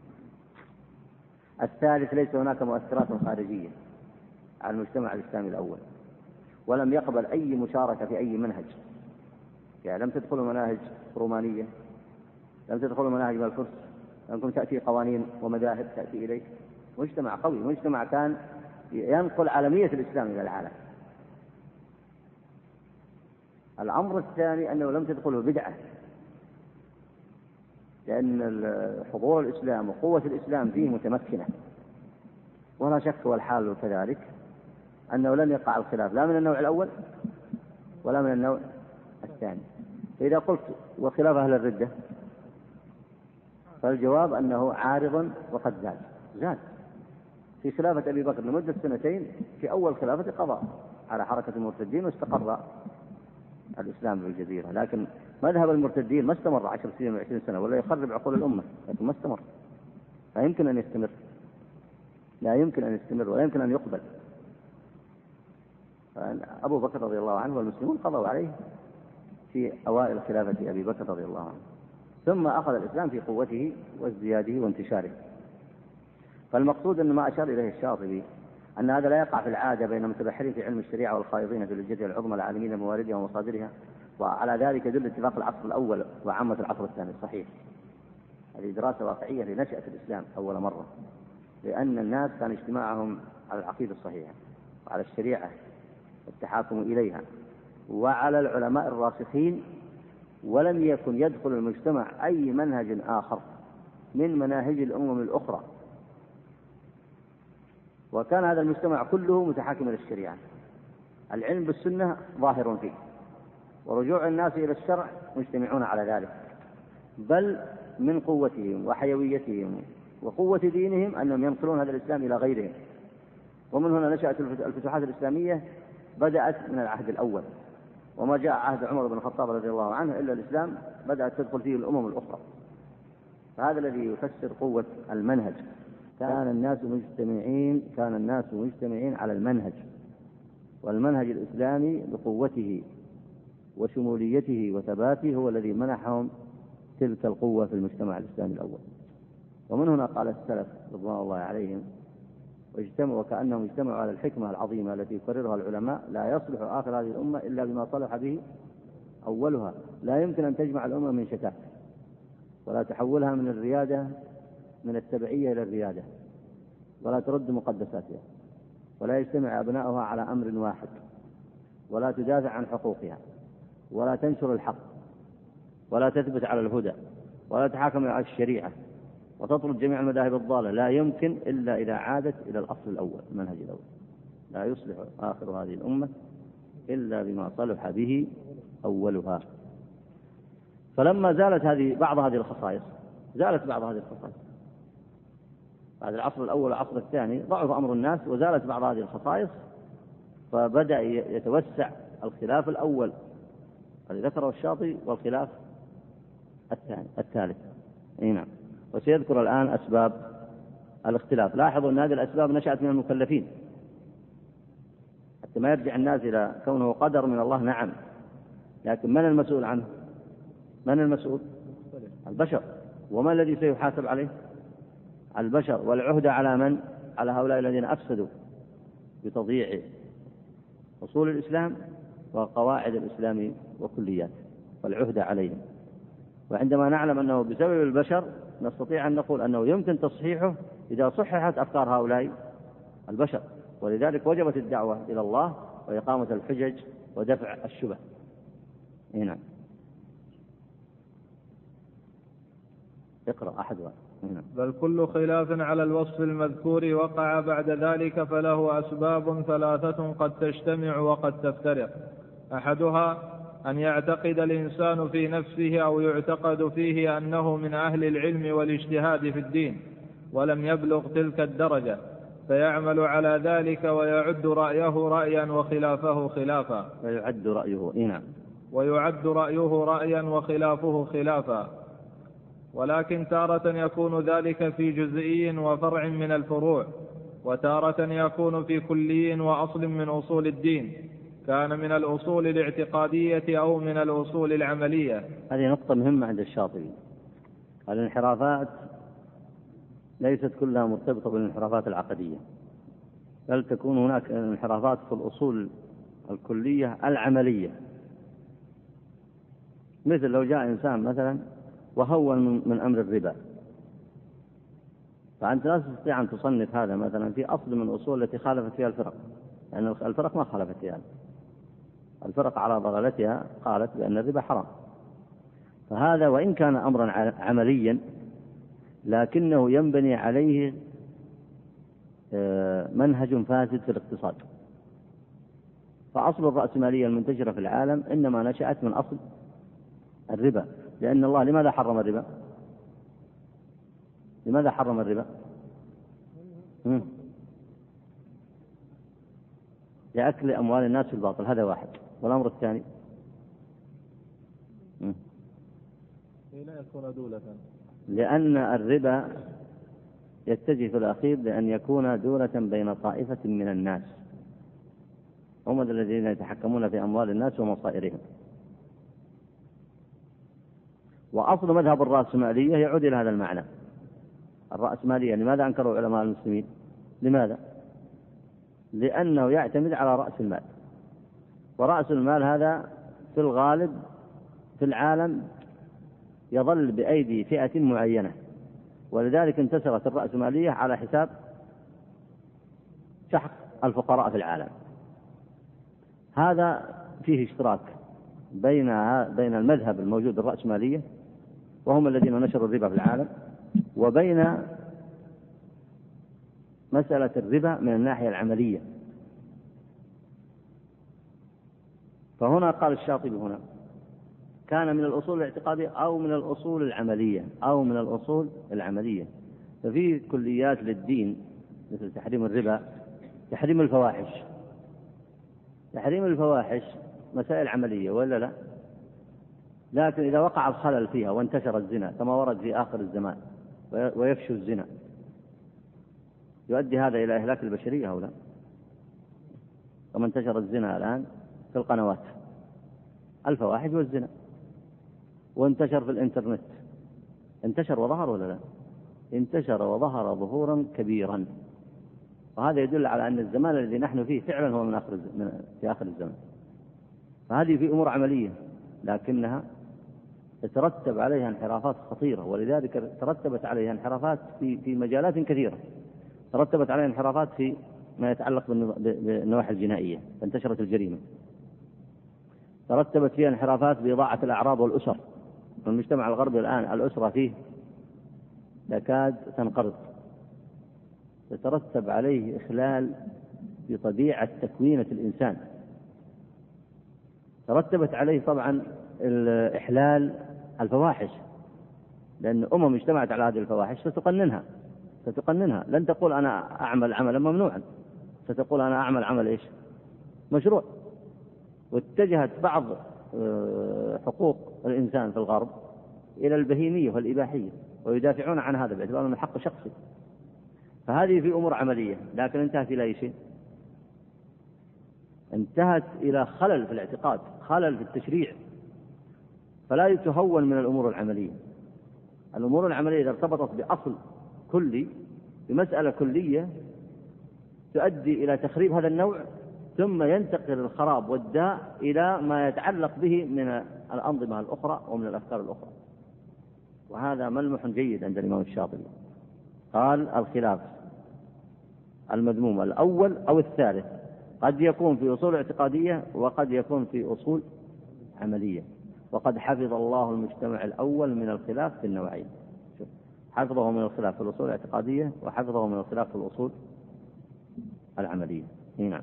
الثالث ليس هناك مؤثرات خارجية على المجتمع الإسلامي الأول، ولم يقبل أي مشاركة في أي منهج. يعني لم تدخلوا مناهج رومانية، لم تدخلوا مناهج من الفرس، لم تأتي قوانين ومذاهب تأتي إليه. مجتمع قوي، مجتمع كان ينقل عالمية الإسلام إلى العالم. الأمر الثاني أنه لم تدخله بدعة، لأن حضور الإسلام وقوة الإسلام فيه متمكنة، ولا شك والحال كذلك أنه لم يقع الخلاف لا من النوع الأول ولا من النوع الثاني. فإذا قلت وخلاف أهل الردة، فالجواب أنه عارض وقد زاد في خلافة أبي بكر لمدة 2 في أول خلافة قضاء على حركة المرتدين، واستقر الإسلام بالجزيرة. لكن مذهب المرتدين ما استمر 10 سنين و20 سنة، ولا يخرب عقول الأمة، لكن ما استمر. لا يمكن أن يستمر، لا يمكن أن يستمر، ولا يمكن أن يقبل. أبو بكر رضي الله عنه والمسلمون قضوا عليه في أوائل خلافة أبي بكر رضي الله عنه، ثم أخذ الإسلام في قوته وازدياده وانتشاره. فالمقصود أن ما أشار إليه الشاطبي أن هذا لا يقع في العادة بين المتبحرين في علم الشريعة والخائضين في اللجة العظمى العالمين بمواردها ومصادرها. وعلى ذلك يدل اتفاق العصر الأول وعامة العصر الثاني الصحيح. هذه دراسة واقعية لنشأة الإسلام أول مرة، لأن الناس كان اجتماعهم على العقيدة الصحيحة وعلى الشريعة والتحاكم إليها وعلى العلماء الراسخين، ولم يكن يدخل المجتمع أي منهج آخر من مناهج الأمم الأخرى. وكان هذا المجتمع كله متحاكم إلى الشريعة. العلم بالسنة ظاهر فيه، ورجوع الناس إلى الشرع مجتمعون على ذلك. بل من قوتهم وحيويتهم وقوة دينهم أنهم ينقلون هذا الإسلام إلى غيرهم. ومن هنا نشأت الفتوحات الإسلامية، بدأت من العهد الأول، وما جاء عهد عمر بن الخطاب رضي الله عنه إلا الإسلام بدأت تدخل فيه الأمم الأخرى. فهذا الذي يفسر قوة المنهج. كان الناس مجتمعين على المنهج، والمنهج الإسلامي بقوته وشموليته وثباته هو الذي منحهم تلك القوة في المجتمع الإسلامي الأول. ومن هنا قال السلف رضوان الله عليهم وكأنهم اجتمعوا على الحكمة العظيمة التي يكررها العلماء: لا يصلح آخر هذه الأمة إلا بما صلح به أولها. لا يمكن أن تجمع الأمة من شتات، ولا تحولها من الريادة من التبعية إلى الريادة، ولا ترد مقدساتها، ولا يجتمع أبناؤها على أمر واحد، ولا تدافع عن حقوقها، ولا تنشر الحق، ولا تثبت على الهدى، ولا تحاكم على الشريعة، وتطرد جميع المذاهب الضالة. لا يمكن إلا إذا عادت إلى الأصل الأول، المنهج الأول. لا يصلح آخر هذه الأمة إلا بما صلح به أولها. فلما زالت بعض هذه الخصائص، بعد العصر الأول والعصر الثاني ضعف أمر الناس وزالت بعض هذه الخصائص، فبدأ يتوسع الخلاف الأول الذي ذكره الشاطبي والخلاف الثالث. نعم. وسيذكر الآن أسباب الاختلاف. لاحظوا أن هذه الأسباب نشأت من المكلفين حتى ما يرجع الناس إلى كونه قدر من الله. نعم، لكن من المسؤول عنه؟ من المسؤول؟ البشر. وما الذي سيحاسب عليه؟ البشر. والعهدة على من؟ على هؤلاء الذين أفسدوا بتضييع أصول الإسلام وقواعد الإسلام وكلياته، والعهدة عليهم. وعندما نعلم أنه بسبب البشر نستطيع أن نقول أنه يمكن تصحيحه إذا صححت أفكار هؤلاء البشر. ولذلك وجبت الدعوة إلى الله وإقامة الحجج ودفع الشبه. هنا اقرأ أحدها. بل كل خلاف على الوصف المذكور وقع بعد ذلك فله أسباب ثلاثة قد تجتمع وقد تفترق. أحدها أن يعتقد الإنسان في نفسه أو يعتقد فيه أنه من أهل العلم والاجتهاد في الدين ولم يبلغ تلك الدرجة، فيعمل على ذلك ويعد رأيه رأيا وخلافه خلافا. ويعد رأيه رأيا وخلافه خلافا. ولكن تارة يكون ذلك في جزئي وفرع من الفروع، وتارة يكون في كلي وأصل من أصول الدين، كان من الأصول الاعتقادية أو من الأصول العملية. هذه نقطة مهمة عند الشاطبي. الانحرافات ليست كلها مرتبطة بالانحرافات العقدية، بل تكون هناك انحرافات في الأصول الكلية العملية. مثل لو جاء إنسان مثلا وهون من أمر الربا، فأنت لا تستطيع أن تصنف هذا مثلا في أصل من الأصول التي خالفت فيها الفرق، لأن يعني الفرق ما خالفت فيها. الفرق على ضلالتها قالت بأن الربا حرام. فهذا وإن كان أمرا عمليا لكنه ينبني عليه منهج فاسد في الاقتصاد. فأصل الرأسمالية المنتشرة في العالم إنما نشأت من أصل الربا، لأن الله لماذا حرم الربا؟ لماذا حرم الربا؟ لأكل أموال الناس في الباطل، هذا واحد. والأمر الثاني لا يكون دولة، لأن الربا يتجه في الأخير لأن يكون دولة بين طائفة من الناس، هم الذين يتحكمون في أموال الناس ومصائرهم. وأصل مذهب الرأسمالية يعود إلى هذا المعنى. الرأسمالية لماذا أنكروا علماء المسلمين؟ لماذا؟ لأنه يعتمد على رأس المال، ورأس المال هذا في الغالب في العالم يظل بأيدي فئة معينة، ولذلك انتشرت الرأسمالية على حساب شحق الفقراء في العالم. هذا فيه اشتراك بين المذهب الموجود الرأسمالية وهم الذين نشروا الربا في العالم، وبين مسألة الربا من الناحية العملية. فهنا قال الشاطبي هنا كان من الأصول الاعتقادية أو من الأصول العملية. ففي كليات للدين مثل تحريم الربا، تحريم الفواحش مسائل عملية ولا لا؟ لكن إذا وقع الخلل فيها وانتشر الزنا كما ورد في آخر الزمان ويفشو الزنا، يؤدي هذا إلى إهلاك البشرية أو لا؟ كما انتشر الزنا الآن في القنوات، الفواحش والزنا، وانتشر في الإنترنت، انتشر وظهر ولا لا؟ انتشر وظهر ظهورا كبيرا، وهذا يدل على أن الزمان الذي نحن فيه فعلا هو في آخر الزمان. فهذه في أمور عملية، لكنها تترتب عليها انحرافات خطيرة، ولذلك ترتبت عليها انحرافات في مجالات كثيرة. ترتبت عليها انحرافات في ما يتعلق بالنواحي الجنائية، فانتشرت الجريمة. ترتبت فيها انحرافات بإضاعة الأعراض والأسر. المجتمع الغربي الآن الأسرة فيه تكاد تنقرض، يترتب عليه إخلال بطبيعة تكوينة الإنسان. ترتبت عليه طبعا إحلال الفواحش، لأن أمم اجتمعت على هذه الفواحش ستقننها. لن تقول أنا أعمل عملا ممنوعا، ستقول أنا أعمل عمل مشروع. واتجهت بعض حقوق الإنسان في الغرب إلى البهيمية والإباحية، ويدافعون عن هذا باعتباره أنه حق شخصي. فهذه في أمور عملية، لكن انتهت إلى أي شيء؟ انتهت إلى خلل في الاعتقاد، خلل في التشريع. فلا يتهون من الأمور العملية. الأمور العملية إذا ارتبطت بأصل كلي، بمسألة كلية، تؤدي إلى تخريب هذا النوع، ثم ينتقل الخراب والداء إلى ما يتعلق به من الأنظمة الأخرى ومن الأفكار الأخرى. وهذا ملمح جيد عند الإمام الشاطبي. قال: الخلاف المذموم الأول أو الثالث قد يكون في أصول اعتقادية، وقد يكون في أصول عملية. وقد حفظ الله المجتمع الأول من الخلاف في النوعين. حفظه من الخلاف في الأصول الاعتقادية، وحفظه من الخلاف في الأصول العملية. نعم.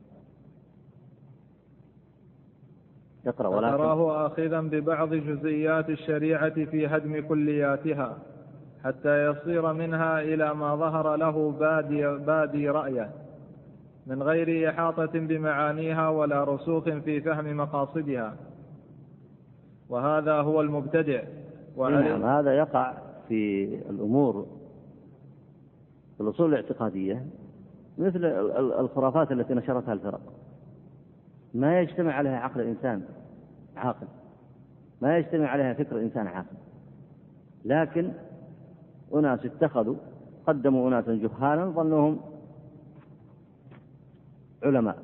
تراه آخذا ببعض جزئيات الشريعة في هدم كلياتها، حتى يصير منها إلى ما ظهر له بادي رأيه، من غير إحاطة بمعانيها ولا رسوخ في فهم مقاصدها. وهذا هو المبتدع. نعم، هذا يقع في الأمور في الأصول الاعتقادية، مثل الخرافات التي نشرتها الفرق. ما يجتمع عليها عقل الإنسان عاقل، ما يجتمع عليها فكر الإنسان عاقل، لكن أناس قدموا أناسا جهالا ظنوهم علماء،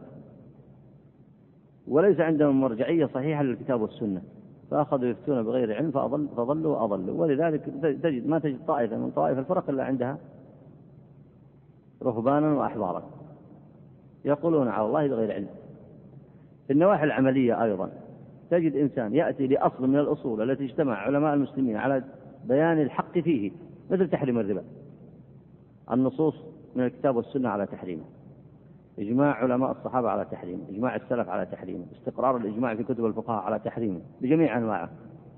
وليس عندهم مرجعية صحيحة للكتاب والسنة، فأخذوا يفتون بغير علم فضلوا وأضلوا. ولذلك ما تجد طائفة من طوائف الفرق إلا عندها رهبانا وأحبارا يقولون على الله بغير علم. في النواحي العملية أيضا تجد إنسان يأتي لأصل من الأصول التي اجتمع علماء المسلمين على بيان الحق فيه، مثل تحريم الربا. النصوص من الكتاب والسنة على تحريمه، إجماع علماء الصحابة على تحريمه، إجماع السلف على تحريمه، استقرار الإجماع في كتب الفقهاء على تحريمه بجميع أنواعه.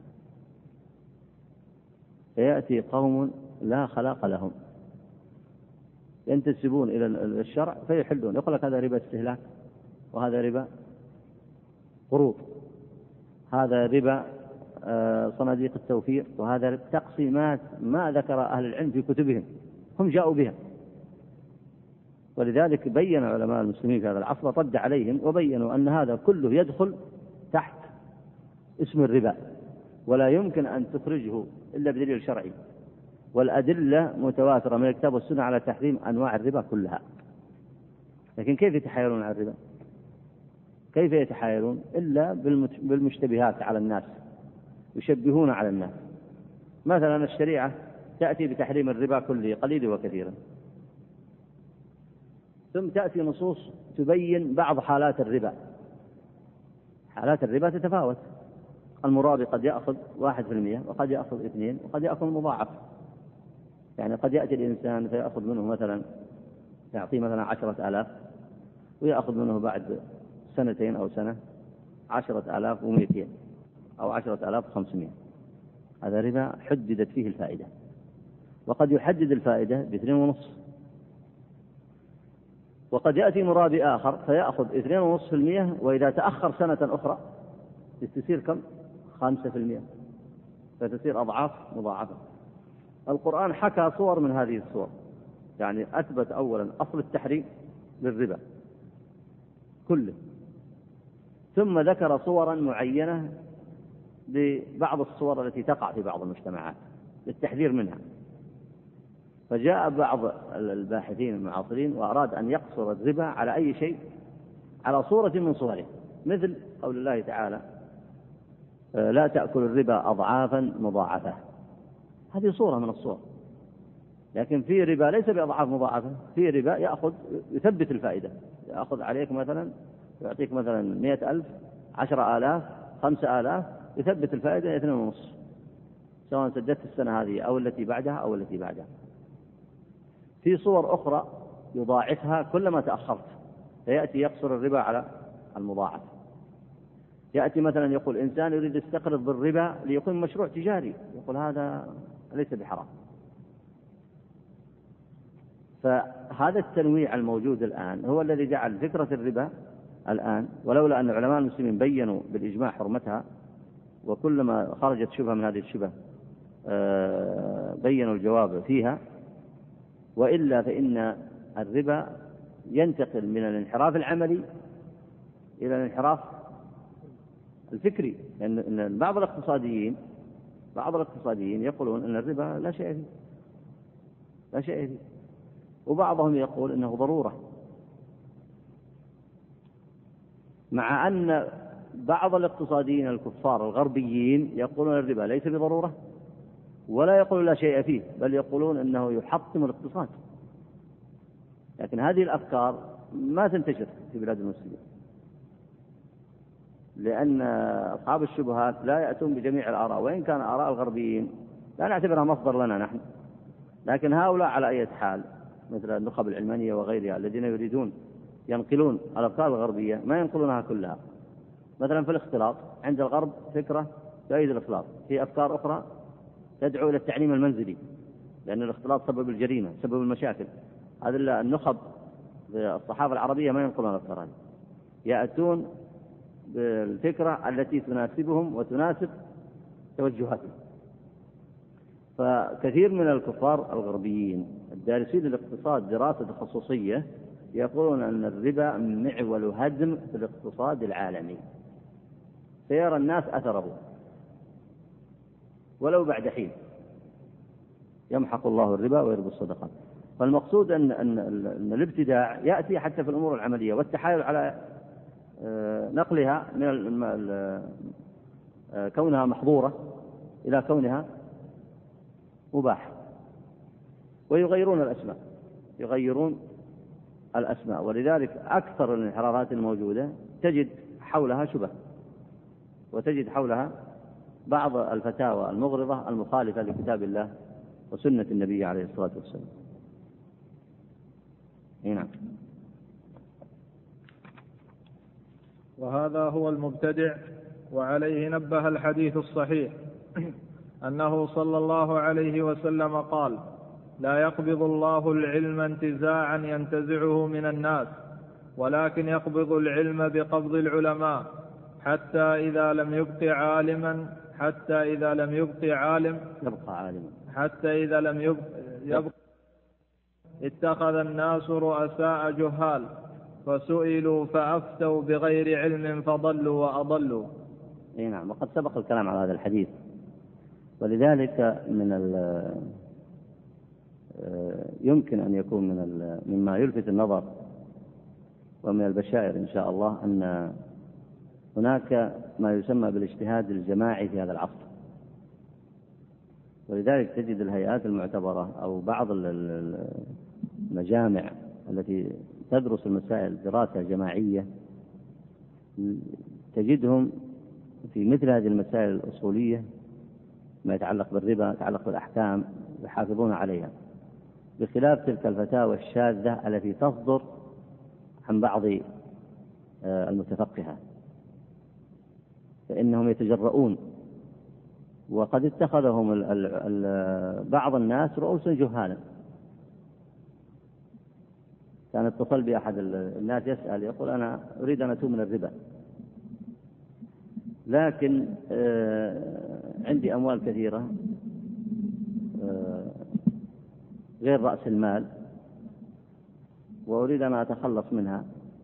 فيأتي قوم لا خلاق لهم ينتسبون إلى الشرع فيحلون، يقول لك هذا ربا استهلاك، وهذا ربا قروض، هذا ربا صناديق التوفير، وهذا تقسيمات ما ذكر أهل العلم في كتبهم، هم جاءوا بها. ولذلك بين علماء المسلمين في هذا العصر رد عليهم وبينوا أن هذا كله يدخل تحت اسم الربا، ولا يمكن أن تخرجه إلا بدليل شرعي، والأدلة متواترة من الكتاب والسنة على تحريم أنواع الربا كلها. لكن كيف يتحايلون على الربا؟ كيف يتحايلون إلا بالمشتبهات على الناس، يشبهون على الناس. مثلا الشريعة تأتي بتحريم الربا كله قليلا وكثيرا، ثم تأتي نصوص تبين بعض حالات الربا. حالات الربا تتفاوت، المرابي قد يأخذ 1%، وقد يأخذ 2%، وقد يأخذ مضاعف. يعني قد يأتي الإنسان فيأخذ منه مثلا، يعطيه مثلا 10,000، ويأخذ منه بعد 2 أو سنة 10,200 أو 10,500. هذا ربا حددت فيه الفائدة. وقد يحدد الفائدة ب2.5، وقد يأتي مرابي آخر فيأخذ 2.5%، وإذا تأخر سنة أخرى تصير كم؟ 5%، فتصير أضعاف مضاعفة. القرآن حكى صور من هذه الصور، يعني أثبت أولا أصل التحريم للربا كله، ثم ذكر صورا معينة لبعض الصور التي تقع في بعض المجتمعات للتحذير منها. فجاء بعض الباحثين المعاصرين وأراد أن يقصر الربا على أي شيء على صورة من صوره، مثل قول الله تعالى لا تأكل الربا أضعافا مضاعفة، هذه صورة من الصور. لكن في ربا ليس بأضعاف مضاعفة، في ربا يأخذ يثبت الفائدة، يأخذ عليك مثلا يعطيك مثلا 100,000 10,000 5,000 يثبت الفائدة 2.5، سواء سددت السنة هذه أو التي بعدها أو التي بعدها. في صور أخرى يضاعفها كلما تأخرت، فيأتي يقصر الربا على المضاعف. يأتي مثلا يقول إنسان يريد يستقرض بالربا ليقيم مشروع تجاري، يقول هذا ليس بحرام. فهذا التنويع الموجود الآن هو الذي جعل فكرة الربا الآن، ولولا أن علماء المسلمين بيّنوا بالإجماع حرمتها، وكلما خرجت شبهة من هذه الشبه بيّنوا الجواب فيها، وإلا فإن الربا ينتقل من الانحراف العملي إلى الانحراف الفكري، لأن بعض الاقتصاديين يقولون أن الربا لا شيء فيه، وبعضهم يقول إنه ضرورة، مع أن بعض الاقتصاديين الكفار الغربيين يقولون الربا ليس بضرورة ولا يقولون لا شيء فيه، بل يقولون أنه يحطم الاقتصاد. لكن هذه الأفكار ما تنتشر في بلاد المسلمين، لأن أصحاب الشبهات لا يأتون بجميع الآراء، وإن كان آراء الغربيين لا نعتبرها مصدر لنا نحن، لكن هؤلاء على أي حال مثل النخب العلمانية وغيرها الذين يريدون ينقلون الأفكار الغربية ما ينقلونها كلها. مثلا في الاختلاط عند الغرب فكرة تؤيد الاختلاط، في أفكار أخرى تدعو إلى التعليم المنزلي، لأن الاختلاط سبب الجريمة سبب المشاكل. هذا النخب الصحافة العربية ما ينقلون الأفكار هذه، يأتون بالفكرة التي تناسبهم وتناسب توجهاتهم. فكثير من الكفار الغربيين الدارسين للاقتصاد دراسة تخصصية يقولون أن الربا معول هدم في الاقتصاد العالمي، سيرى الناس أثره ولو بعد حين، يمحق الله الربا ويربي الصدقات. فالمقصود أن الابتداع يأتي حتى في الأمور العملية، والتحايل على نقلها من كونها محظورة إلى كونها مباح، ويغيرون الأسماء. ولذلك أكثر الانحرافات الموجودة تجد حولها شبه، وتجد حولها بعض الفتاوى المغرضة المخالفة لكتاب الله وسنة النبي عليه الصلاة والسلام. نعم. وهذا هو المبتدع، وعليه نبه الحديث الصحيح أنه صلى الله عليه وسلم قال: لا يقبض الله العلم انتزاعا ينتزعه من الناس، ولكن يقبض العلم بقبض العلماء، حتى إذا لم يبق اتخذ الناس رؤساء جهال فسئلوا فأفتوا بغير علم فضلوا وأضلوا. نعم. وقد سبق الكلام على هذا الحديث، ولذلك يمكن أن يكون مما يلفت النظر ومن البشائر إن شاء الله أن هناك ما يسمى بالاجتهاد الجماعي في هذا العصر. ولذلك تجد الهيئات المعتبرة أو بعض المجامع التي تدرس المسائل دراسة جماعية، تجدهم في مثل هذه المسائل الأصولية ما يتعلق بالربا يتعلق بالأحكام يحافظون عليها، بخلاف تلك الفتاوى الشاذة التي تصدر عن بعض المتفقهة، فإنهم يتجرؤون، وقد اتخذهم بعض الناس رؤوسا جهالا. كان اتصل بأحد الناس يسأل يقول: أنا أريد أن أتوب من الربا، لكن عندي أموال كثيرة غير رأس المال وأريد أن أتخلص منها،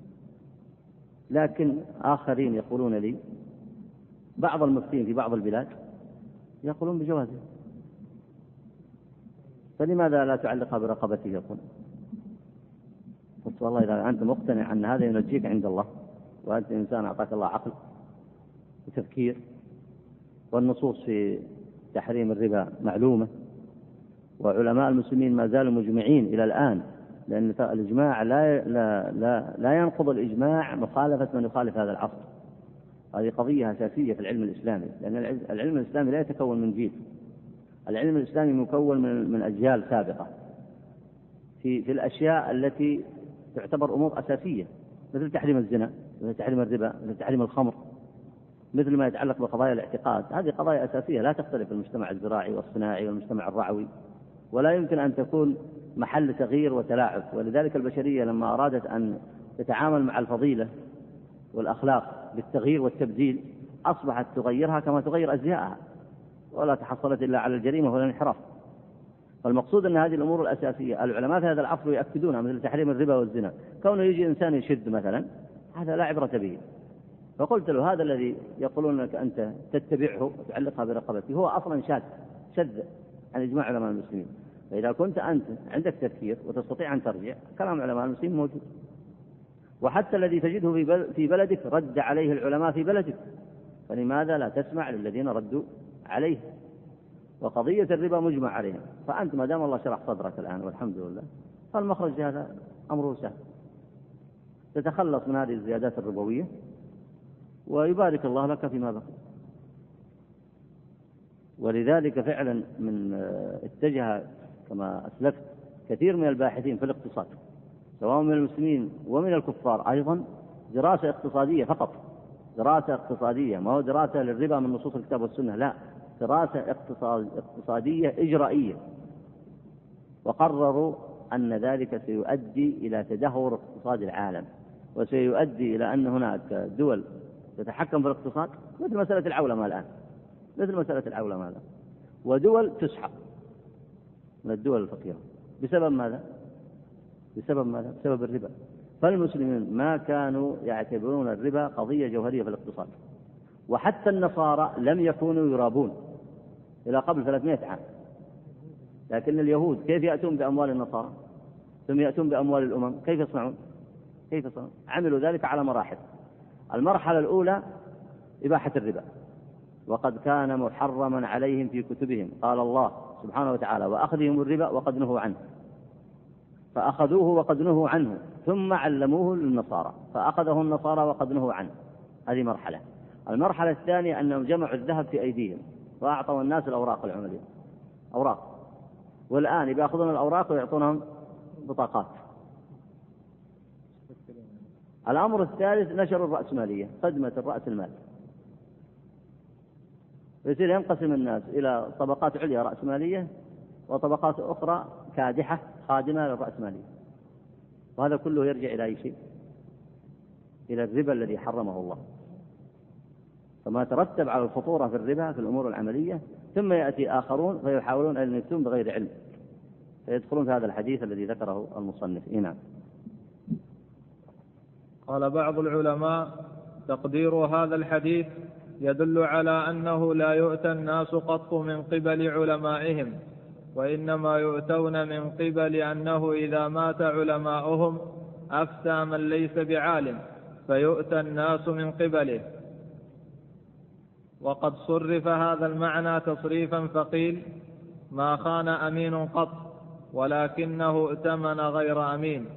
لكن آخرين يقولون لي، بعض المفتين في بعض البلاد يقولون بجوازه. فلماذا لا تعلقها برقبته؟ يقول قلت والله إذا أنت مقتنع أن هذا ينجيك عند الله، وأنت إنسان أعطاك الله عقل وتفكير، والنصوص في تحريم الربا معلومة، وعلماء المسلمين ما زالوا مجمعين إلى الآن، لأن الإجماع لا ينقض الإجماع مخالفة من يخالف هذا العصر. هذه قضية أساسية في العلم الإسلامي، لأن العلم الإسلامي لا يتكون من جيل، العلم الإسلامي مكون من أجيال سابقة في الأشياء التي تعتبر أمور أساسية، مثل تحريم الزنا، مثل تحريم الربا، مثل تحريم الخمر، مثل ما يتعلق بقضايا الاعتقاد. هذه قضايا أساسية لا تختلف في المجتمع الزراعي والصناعي والمجتمع الرعوي، ولا يمكن أن تكون محل تغيير وتلاعب. ولذلك البشرية لما أرادت أن تتعامل مع الفضيلة والأخلاق بالتغيير والتبديل أصبحت تغيرها كما تغير أزياءها، ولا تحصلت إلا على الجريمة ولا الانحراف. فالمقصود أن هذه الأمور الأساسية العلماء في هذا العصر يؤكدونها، مثل تحريم الربا والزنا. كونه يجي إنسان يشد مثلا، هذا لا عبرة به. فقلت له هذا الذي يقولون لك أنت تتبعه وتعلقها برقبته هو أصلا شذ عن إجماع علماء المسلمين. فإذا كنت أنت عندك تفكير وتستطيع أن ترجع، كلام علماء المسلمين موجود، وحتى الذي تجده في بلدك رد عليه العلماء في بلدك، فلماذا لا تسمع للذين ردوا عليه؟ وقضية الربا مجمع عليها، فأنت ما دام الله شرح صدرك الآن والحمد لله، فالمخرج هذا أمره سهل، تتخلص من هذه الزيادات الربوية ويبارك الله لك فيما بقي. ولذلك فعلا من اتجه كما أسلفت كثير من الباحثين في الاقتصاد سواء من المسلمين ومن الكفار أيضا دراسة اقتصادية فقط، دراسة اقتصادية، ما هو دراسة للربا من نصوص الكتاب والسنة، لا، دراسة اقتصادية إجرائية، وقرروا أن ذلك سيؤدي إلى تدهور اقتصاد العالم، وسيؤدي إلى أن هناك دول تتحكم في الاقتصاد مثل مسألة العولمة الآن، ودول تسحق من الدول الفقيرة. بسبب ماذا؟ بسبب الربا. فالمسلمين ما كانوا يعتبرون الربا قضية جوهرية في الاقتصاد، وحتى النصارى لم يكونوا يرابون إلى قبل 300 عام. لكن اليهود كيف يأتون بأموال النصارى ثم يأتون بأموال الأمم؟ كيف يصنعون؟ عملوا ذلك على مراحل. المرحلة الأولى إباحة الربا، وقد كان محرما عليهم في كتبهم، قال الله سبحانه وتعالى وأخذهم الربا وقد نهوا عنه، فأخذوه وقد نهوا عنه، ثم علموه للنصارى فأخذه النصارى وقد نهوا عنه. هذه مرحلة. المرحلة الثانية أنهم جمعوا الذهب في أيديهم وأعطوا الناس الأوراق العملية، أوراق، والآن يأخذون الأوراق ويعطونهم بطاقات. الأمر الثالث نشر الرأسمالية، خدمة الرأس المال، يصير ينقسم الناس إلى طبقات عليا رأسمالية وطبقات أخرى كادحة خادمة للرأسمالية، وهذا كله يرجع إلى أي شيء؟ إلى الربا الذي حرمه الله. فما ترتب على الخطورة في الربا في الأمور العملية، ثم يأتي آخرون فيحاولون أن يفتون بغير علم، فيدخلون في هذا الحديث الذي ذكره المصنف. نعم. قال بعض العلماء: تقدير هذا الحديث يدل على أنه لا يؤتى الناس قط من قبل علمائهم، وإنما يؤتون من قبل أنه إذا مات علماؤهم أفتى من ليس بعالم فيؤتى الناس من قبله. وقد صرف هذا المعنى تصريفا فقيل: ما خان أمين قط ولكنه اؤتمن غير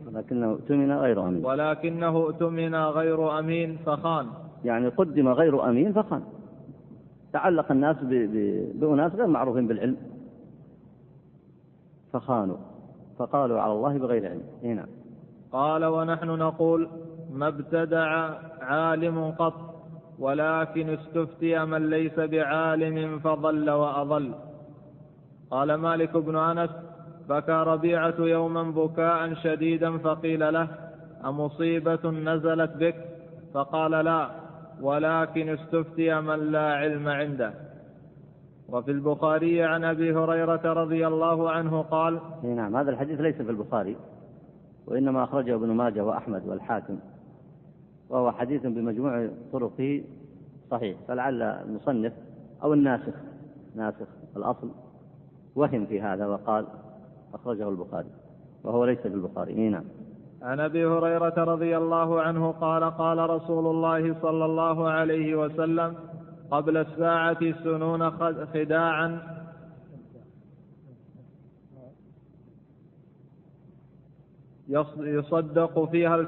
أمين فخان. يعني قدم غير أمين فخان، تعلق الناس بأناس غير معروفين بالعلم فخانوا، فقالوا على الله بغير علم. هنا قال: ونحن نقول: ما ابتدع عالم قط، ولكن استفتي من ليس بعالم فضل وأضل. قال مالك بن أنس: بكى ربيعة يوما بكاء شديدا فقيل له: أمصيبة نزلت بك؟ فقال: لا، ولكن استفتي من لا علم عنده. وفي البخاري عن أبي هريرة رضي الله عنه قال: نعم، هذا الحديث ليس في البخاري، وإنما أخرجه ابن ماجه وأحمد والحاكم، وهو حديث بمجموع طرقه صحيح، فلعل المصنف أو الناسخ الأصل وهم في هذا، وقال أخرجه البخاري وهو ليس في البخاري. نعم. عن أبي هريرة رضي الله عنه قال قال رسول الله صلى الله عليه وسلم قبل الساعة سنون خداعا يصدق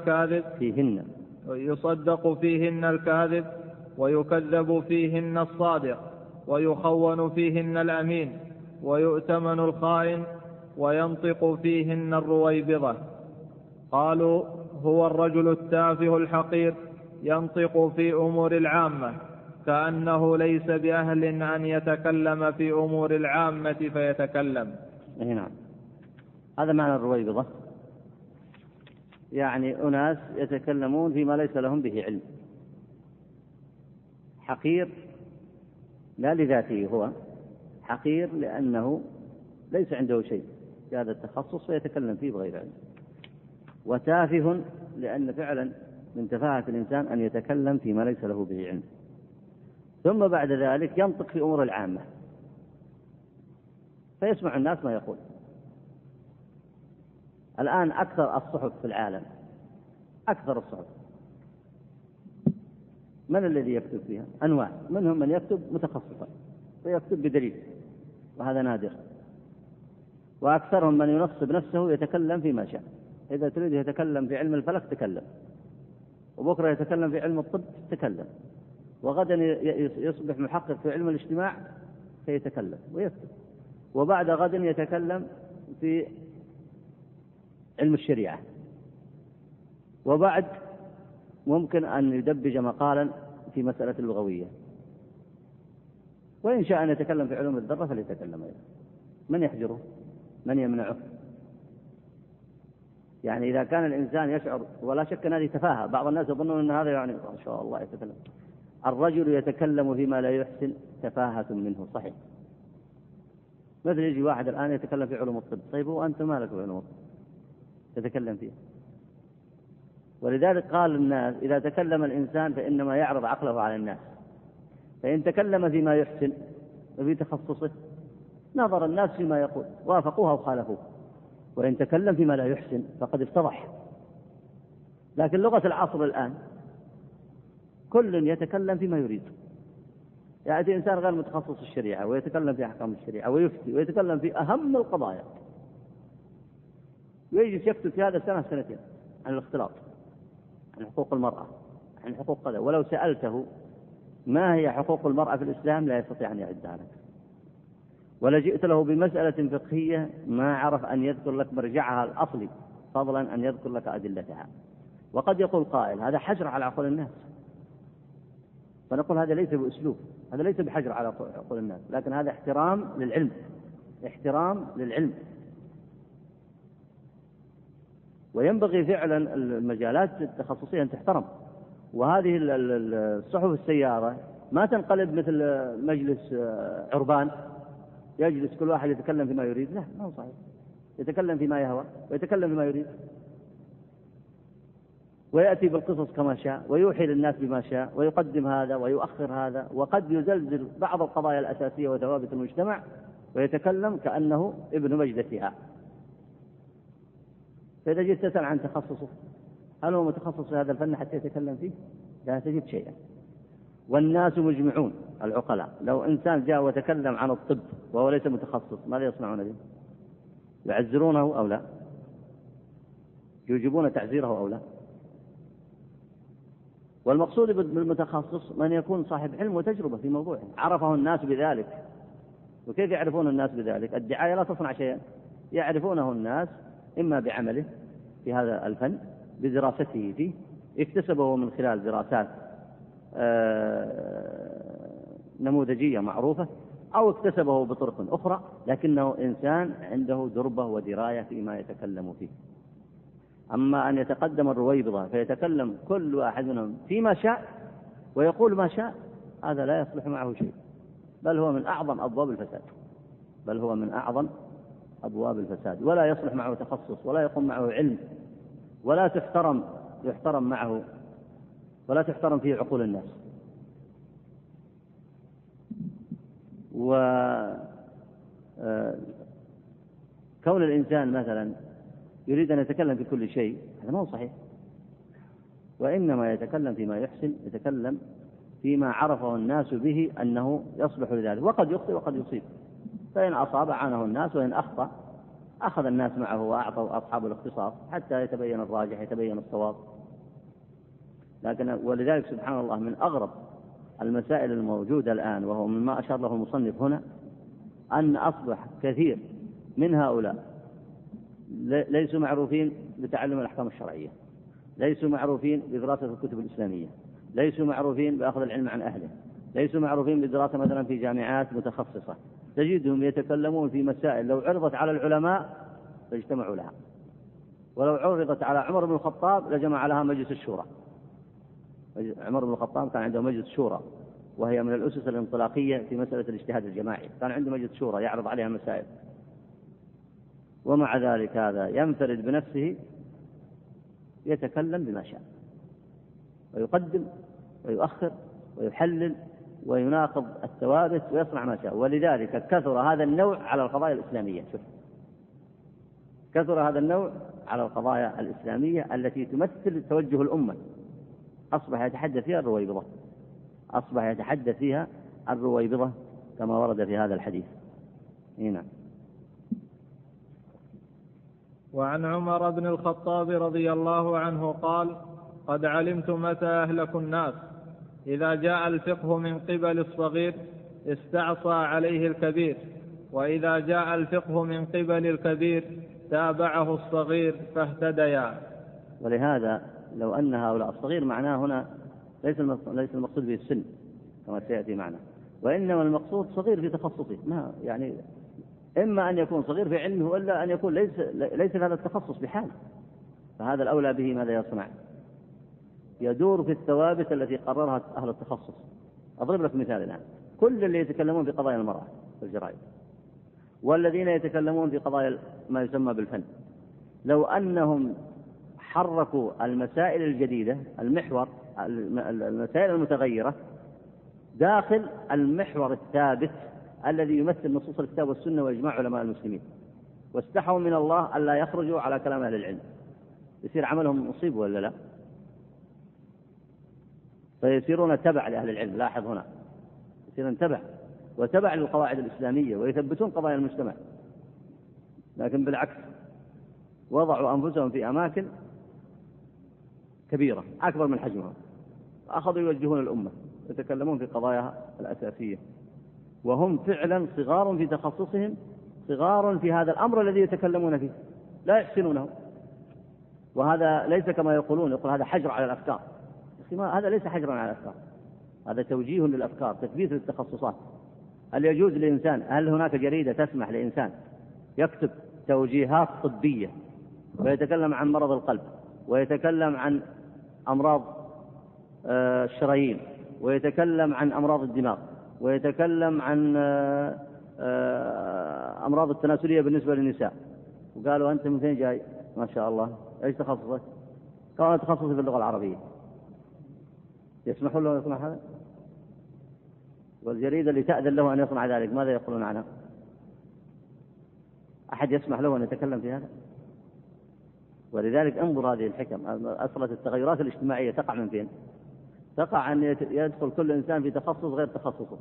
فيهن الكاذب ويكذب فيهن الصادق ويخون فيهن الأمين ويؤتمن الخائن وينطق فيهن الرويبضة. قالوا هو الرجل التافه الحقير ينطق في أمور العامة كأنه ليس بأهل أن يتكلم في أمور العامة فيتكلم. نعم. هذا معنى الرويبضة، يعني أناس يتكلمون فيما ليس لهم به علم. حقير لا لذاته، هو حقير لأنه ليس عنده شيء في هذا التخصص فيتكلم فيه بغير علم. وتافه لأن فعلا من تفاهة الإنسان أن يتكلم فيما ليس له به علم. ثم بعد ذلك ينطق في أمور العامة فيسمع الناس ما يقول. الآن أكثر الصحف في العالم، أكثر الصحف، من الذي يكتب فيها؟ أنواع، منهم من يكتب متخصصا ويكتب بدليل وهذا نادر، وأكثرهم من ينصب نفسه يتكلم فيما شاء. إذا تريد يتكلم في علم الفلك تكلم، وبكرة يتكلم في علم الطب تكلم، وغدا يصبح محقق في علم الاجتماع فيتكلم ويكتب، وبعد غد يتكلم في علم الشريعة، وبعد ممكن أن يدبج مقالا في مسألة اللغوية، وإن شاء أن يتكلم في علوم الذرة فليتكلم أيضا. من يحجره؟ من يمنعه؟ يعني إذا كان الإنسان يشعر، ولا شك أن هذه تفاهة، بعض الناس يظنون أن هذا يعني ما شاء الله يتكلم. الرجل يتكلم فيما لا يحسن تفاهة منه، صحيح. مثل يجي واحد الآن يتكلم في علوم الطب، طيب وأنت مالك بعلوم الطب تتكلم فيه؟ ولذلك قال الناس إذا تكلم الإنسان فإنما يعرض عقله على الناس، فإن تكلم فيما يحسن وفي تخصصه نظر الناس فيما يقول وافقوها وخالفوه، وإن تكلم فيما لا يحسن فقد افتضح. لكن لغة العصر الآن كل يتكلم فيما يريد. يأتي إنسان غير متخصص في الشريعة ويتكلم في أحكام الشريعة ويفتي ويتكلم في أهم القضايا، ويجلس يكتب في هذا سنة سنتين عن الاختلاط، عن حقوق المرأة، عن حقوق كذا، ولو سألته ما هي حقوق المرأة في الإسلام لا يستطيع أن يعدها لك. ولجئت له بمسألة فقهية ما عرف أن يذكر لك مرجعها الأصلي، فضلا أن يذكر لك أدلتها. وقد يقول قائل هذا حجر على عقول الناس، فنقول هذا ليس بأسلوب، هذا ليس بحجر على عقول الناس، لكن هذا احترام للعلم، احترام للعلم. وينبغي فعلا المجالات التخصصية أن تحترم. وهذه الصحف السيارة ما تنقلب مثل مجلس عربان يجلس كل واحد يتكلم فيما يريد، لا، ما هو صحيح. يتكلم فيما يهوى ويتكلم فيما يريد، ويأتي بالقصص كما شاء ويوحي للناس بما شاء ويقدم هذا ويؤخر هذا، وقد يزلزل بعض القضايا الأساسية وثوابت المجتمع ويتكلم كأنه ابن مجدتها. فإذا جئت تسأل عن تخصصه هل هو متخصص في هذا الفن حتى يتكلم فيه؟ لا تجد شيئا. والناس مجمعون العقلاء لو إنسان جاء وتكلم عن الطب وهو ليس متخصص ماذا يصنعون به؟ يعزرونه أو لا؟ يوجبون تعزيره أو لا؟ والمقصود بالمتخصص من يكون صاحب علم وتجربة في موضوعه عرفه الناس بذلك. وكيف يعرفون الناس بذلك؟ الدعاية لا تصنع شيئا، يعرفونه الناس إما بعمله في هذا الفن، بدراسته فيه، اكتسبه من خلال دراسات نموذجية معروفة، أو اكتسبه بطرق أخرى، لكنه إنسان عنده دربة ودراية فيما يتكلم فيه. أما أن يتقدم الرويبضة فيتكلم كل واحد منهم فيما شاء ويقول ما شاء، هذا لا يصلح معه شيء، بل هو من أعظم أبواب الفساد، بل هو من أعظم أبواب الفساد، ولا يصلح معه تخصص، ولا يقوم معه علم، ولا يحترم معه، ولا تحترم فيه عقول الناس. كون الإنسان مثلا يريد أن يتكلم في كل شيء هذا ما هو صحيح، وإنما يتكلم فيما يحسن، يتكلم فيما عرفه الناس به أنه يصلح لذلك، وقد يخطئ وقد يصيب، فإن أصاب عانه الناس، وإن أخطأ أخذ الناس معه وأعطوا أصحاب الاختصاص حتى يتبين الراجح، يتبين الصواب. ولذلك سبحان الله من أغرب المسائل الموجودة الآن، وهو مما أشار له المصنف هنا، أن أصبح كثير من هؤلاء ليسوا معروفين بتعلم الأحكام الشرعية، ليسوا معروفين بدراسة الكتب الإسلامية، ليسوا معروفين بأخذ العلم عن أهله، ليسوا معروفين بدراسة مثلا في جامعات متخصصة. تجدهم يتكلمون في مسائل لو عرضت على العلماء فاجتمعوا لها، ولو عرضت على عمر بن الخطاب لجمع لها مجلس الشورى. عمر بن الخطاب كان عنده مجلس شورى، وهي من الأسس الانطلاقية في مسألة الاجتهاد الجماعي، كان عنده مجلس شورى يعرض عليها مسائل، ومع ذلك هذا ينفرد بنفسه يتكلم بما شاء، ويقدم ويؤخر ويحلل ويناقض الثوابت ويصنع ما شاء. ولذلك كثر هذا النوع على القضايا الإسلامية. شوف، كثر هذا النوع على القضايا الإسلامية التي تمثل توجه الأمة، أصبح يتحدث فيها الرويبضة، أصبح يتحدث فيها الرويبضة كما ورد في هذا الحديث. هنا. وعن عمر بن الخطاب رضي الله عنه قال: قد علمت متى أهلك الناس، إذا جاء الفقه من قبل الصغير استعصى عليه الكبير، وإذا جاء الفقه من قبل الكبير تابعه الصغير فاهتديا. ولهذا لو أن هؤلاء الصغير معناه هنا ليس المقصود به السن كما سيأتي معنا، وإنما المقصود صغير في تخصصه، ما يعني إما أن يكون صغير في علمه، ولا أن يكون ليس هذا التخصص بحال، فهذا الأولى به ماذا يصنع؟ يدور في الثوابت التي قررها أهل التخصص. أضرب لك مثال الآن: كل اللي يتكلمون في قضايا المرأة والجرائم، والذين يتكلمون في قضايا ما يسمى بالفن، لو أنهم حركوا المسائل الجديدة، المسائل المتغيرة داخل المحور الثابت الذي يمثل نصوص الكتاب والسنة وإجماع علماء المسلمين، واستحوا من الله ألا يخرجوا على كلام أهل العلم، يصير عملهم مصيب ولا لا؟ فيصيرون تبع لأهل العلم. لاحظ هنا، يصيرون تبع وتبع للقواعد الإسلامية ويثبتون قضايا المجتمع، لكن بالعكس وضعوا أنفسهم في أماكن كبيرة أكبر من حجمها، أخذوا يوجهون الأمة، يتكلمون في قضاياها الأساسية، وهم فعلا صغار في تخصصهم، صغار في هذا الأمر الذي يتكلمون فيه، لا يحسنونه. وهذا ليس كما يقول هذا حجر على الأفكار. هذا ليس حجرا على الأفكار، هذا توجيه للأفكار، تثبيت للتخصصات. هل يجوز لإنسان، هل هناك جريدة تسمح لإنسان يكتب توجيهات طبية ويتكلم عن مرض القلب، ويتكلم عن أمراض الشرايين، ويتكلم عن أمراض الدماغ، ويتكلم عن أمراض التناسلية بالنسبة للنساء، وقالوا أنت من فين جاي؟ ما شاء الله، إيش تخصصك؟ قال تخصصي في اللغة العربية. يسمحون له أن يصنع هذا؟ والجريدة اللي تأذن له أن يصنع ذلك ماذا يقولون عنها؟ أحد يسمح له أن يتكلم في هذا؟ ولذلك انظر هذه الحكم. أصلت التغيرات الاجتماعية تقع من فين؟ تقع أن يدخل كل إنسان في تخصص غير تخصصه،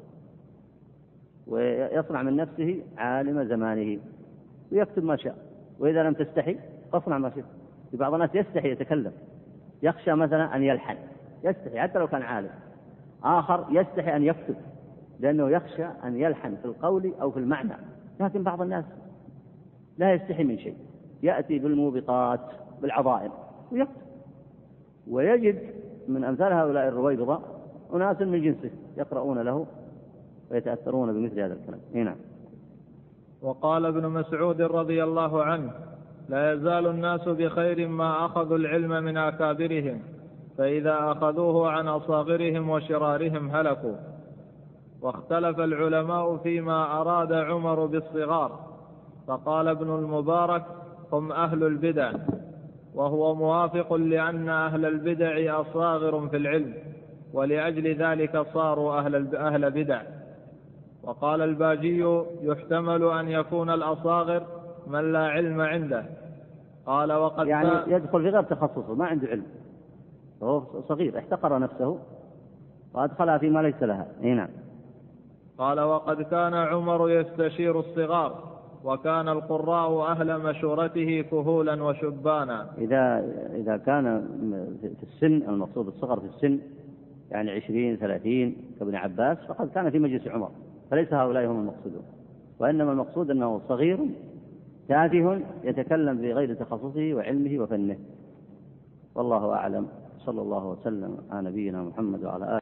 ويصنع من نفسه عالم زمانه ويكتب ما شاء، وإذا لم تستحي فاصنع ما شاء. في بعض الناس يستحي يتكلم، يخشى مثلا أن يلحن، يستحي حتى لو كان عالم. آخر يستحي أن يكتب لأنه يخشى أن يلحن في القول أو في المعنى. لكن بعض الناس لا يستحي من شيء، يأتي بالموبقات بالعظائم ويكتب، ويجد من أمثال هؤلاء الرويبضة أناس من جنسه يقرؤون له ويتأثرون بمثل هذا الكلام. هنا. وقال ابن مسعود رضي الله عنه: لا يزال الناس بخير ما أخذوا العلم من أكابرهم، فإذا أخذوه عن أصاغرهم وشرارهم هلكوا. واختلف العلماء فيما أراد عمر بالصغار، فقال ابن المبارك: هم أهل البدع، وهو موافق لأن أهل البدع أصاغر في العلم، ولأجل ذلك صاروا أهل بدع. وقال الباجي: يحتمل أن يكون الأصاغر من لا علم عنده. قال وقد يعني يدخل في غير تخصصه، ما عنده علم، وهو صغير احتقر نفسه وأدخلها فيما ليس لها. نعم. قال وقد كان عمر يستشير الصغار، وكان القراء أهل مشورته كهولا وشبانا. إذا كان في السن، المقصود الصغر في السن، يعني 20 30 كابن عباس، فقد كان في مجلس عمر، فليس هؤلاء هم المقصودون، وإنما المقصود أنه صغير تافه يتكلم بغير تخصصه وعلمه وفنه. والله أعلم. صلى الله وسلم على نبينا محمد وعلى آله.